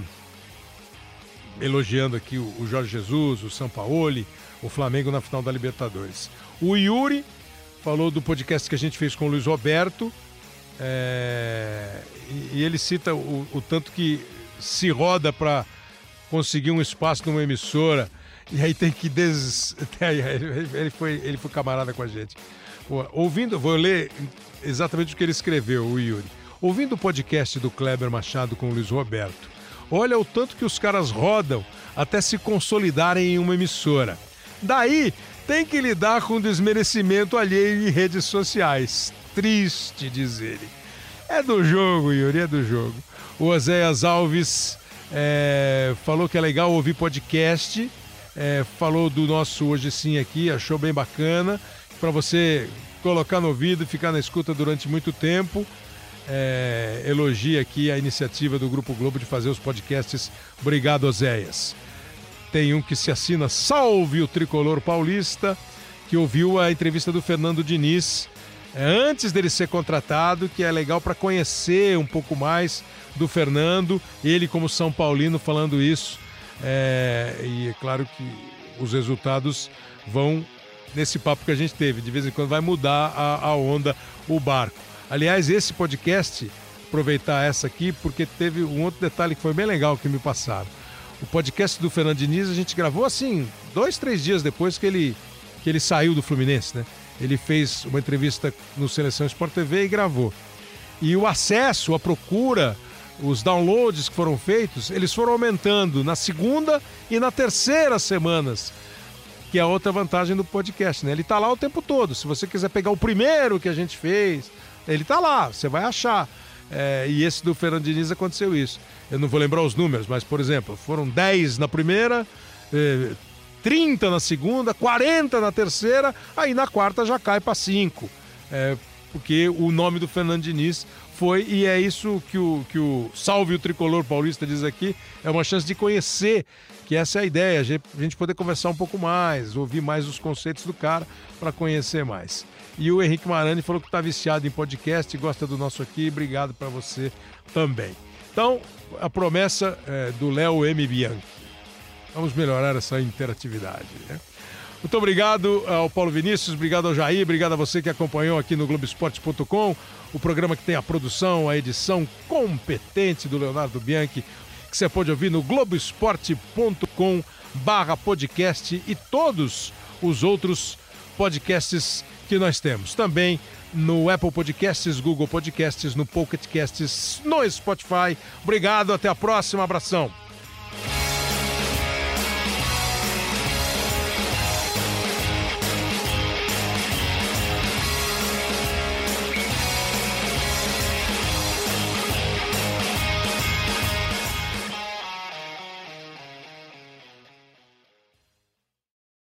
elogiando aqui o, o Jorge Jesus, o Sampaoli, o Flamengo na final da Libertadores. O Yuri falou do podcast que a gente fez com o Luiz Roberto, é, e, e ele cita o, o tanto que se roda para conseguir um espaço numa emissora e aí tem que des... ele foi, ele foi camarada com a gente. Ouvindo, vou ler exatamente o que ele escreveu, o Yuri. Ouvindo o podcast do Kleber Machado com o Luiz Roberto, olha o tanto que os caras rodam até se consolidarem em uma emissora. Daí tem que lidar com desmerecimento alheio em redes sociais. Triste, diz ele. É do jogo, Yuri, é do jogo. O Oséias Alves é, falou que é legal ouvir podcast, é, falou do nosso Hoje Sim aqui, achou bem bacana, para você colocar no ouvido e ficar na escuta durante muito tempo. É, elogia aqui a iniciativa do Grupo Globo de fazer os podcasts. Obrigado, Oséias. Tem um que se assina Salve o Tricolor Paulista, que ouviu a entrevista do Fernando Diniz é, antes dele ser contratado, que é legal para conhecer um pouco mais do Fernando, ele como São Paulino falando isso, é, e é claro que os resultados vão nesse papo que a gente teve, de vez em quando vai mudar a, a onda, o barco. Aliás, esse podcast, aproveitar essa aqui, porque teve um outro detalhe que foi bem legal que me passaram. O podcast do Fernando Diniz a gente gravou assim, dois, três dias depois que ele, que ele saiu do Fluminense, né? Ele fez uma entrevista no Seleção Sport T V e gravou. E o acesso, a procura, os downloads que foram feitos, eles foram aumentando na segunda e na terceira semanas, que é a outra vantagem do podcast, né? Ele tá lá o tempo todo. Se você quiser pegar o primeiro que a gente fez, ele tá lá, você vai achar. É, e esse do Fernando Diniz aconteceu isso. Eu não vou lembrar os números, mas, por exemplo, foram dez na primeira, eh, trinta na segunda, quarenta na terceira, aí na quarta já cai para cinco. É, porque o nome do Fernando Diniz foi, e é isso que o, que o Salve o Tricolor Paulista diz aqui, é uma chance de conhecer, que essa é a ideia, a gente, a gente poder conversar um pouco mais, ouvir mais os conceitos do cara para conhecer mais. E o Henrique Marani falou que está viciado em podcast, gosta do nosso aqui, obrigado para você também. Então, a promessa é, do Léo M. Bianchi. Vamos melhorar essa interatividade, né? Muito obrigado ao Paulo Vinícius, obrigado ao Jair, obrigado a você que acompanhou aqui no Globo Esporte ponto com, o programa que tem a produção, a edição competente do Leonardo Bianchi, que você pode ouvir no globo esporte ponto com barra podcast e todos os outros podcasts que nós temos. Também no Apple Podcasts, Google Podcasts, no Pocket Casts, no Spotify. Obrigado, até a próxima, abração.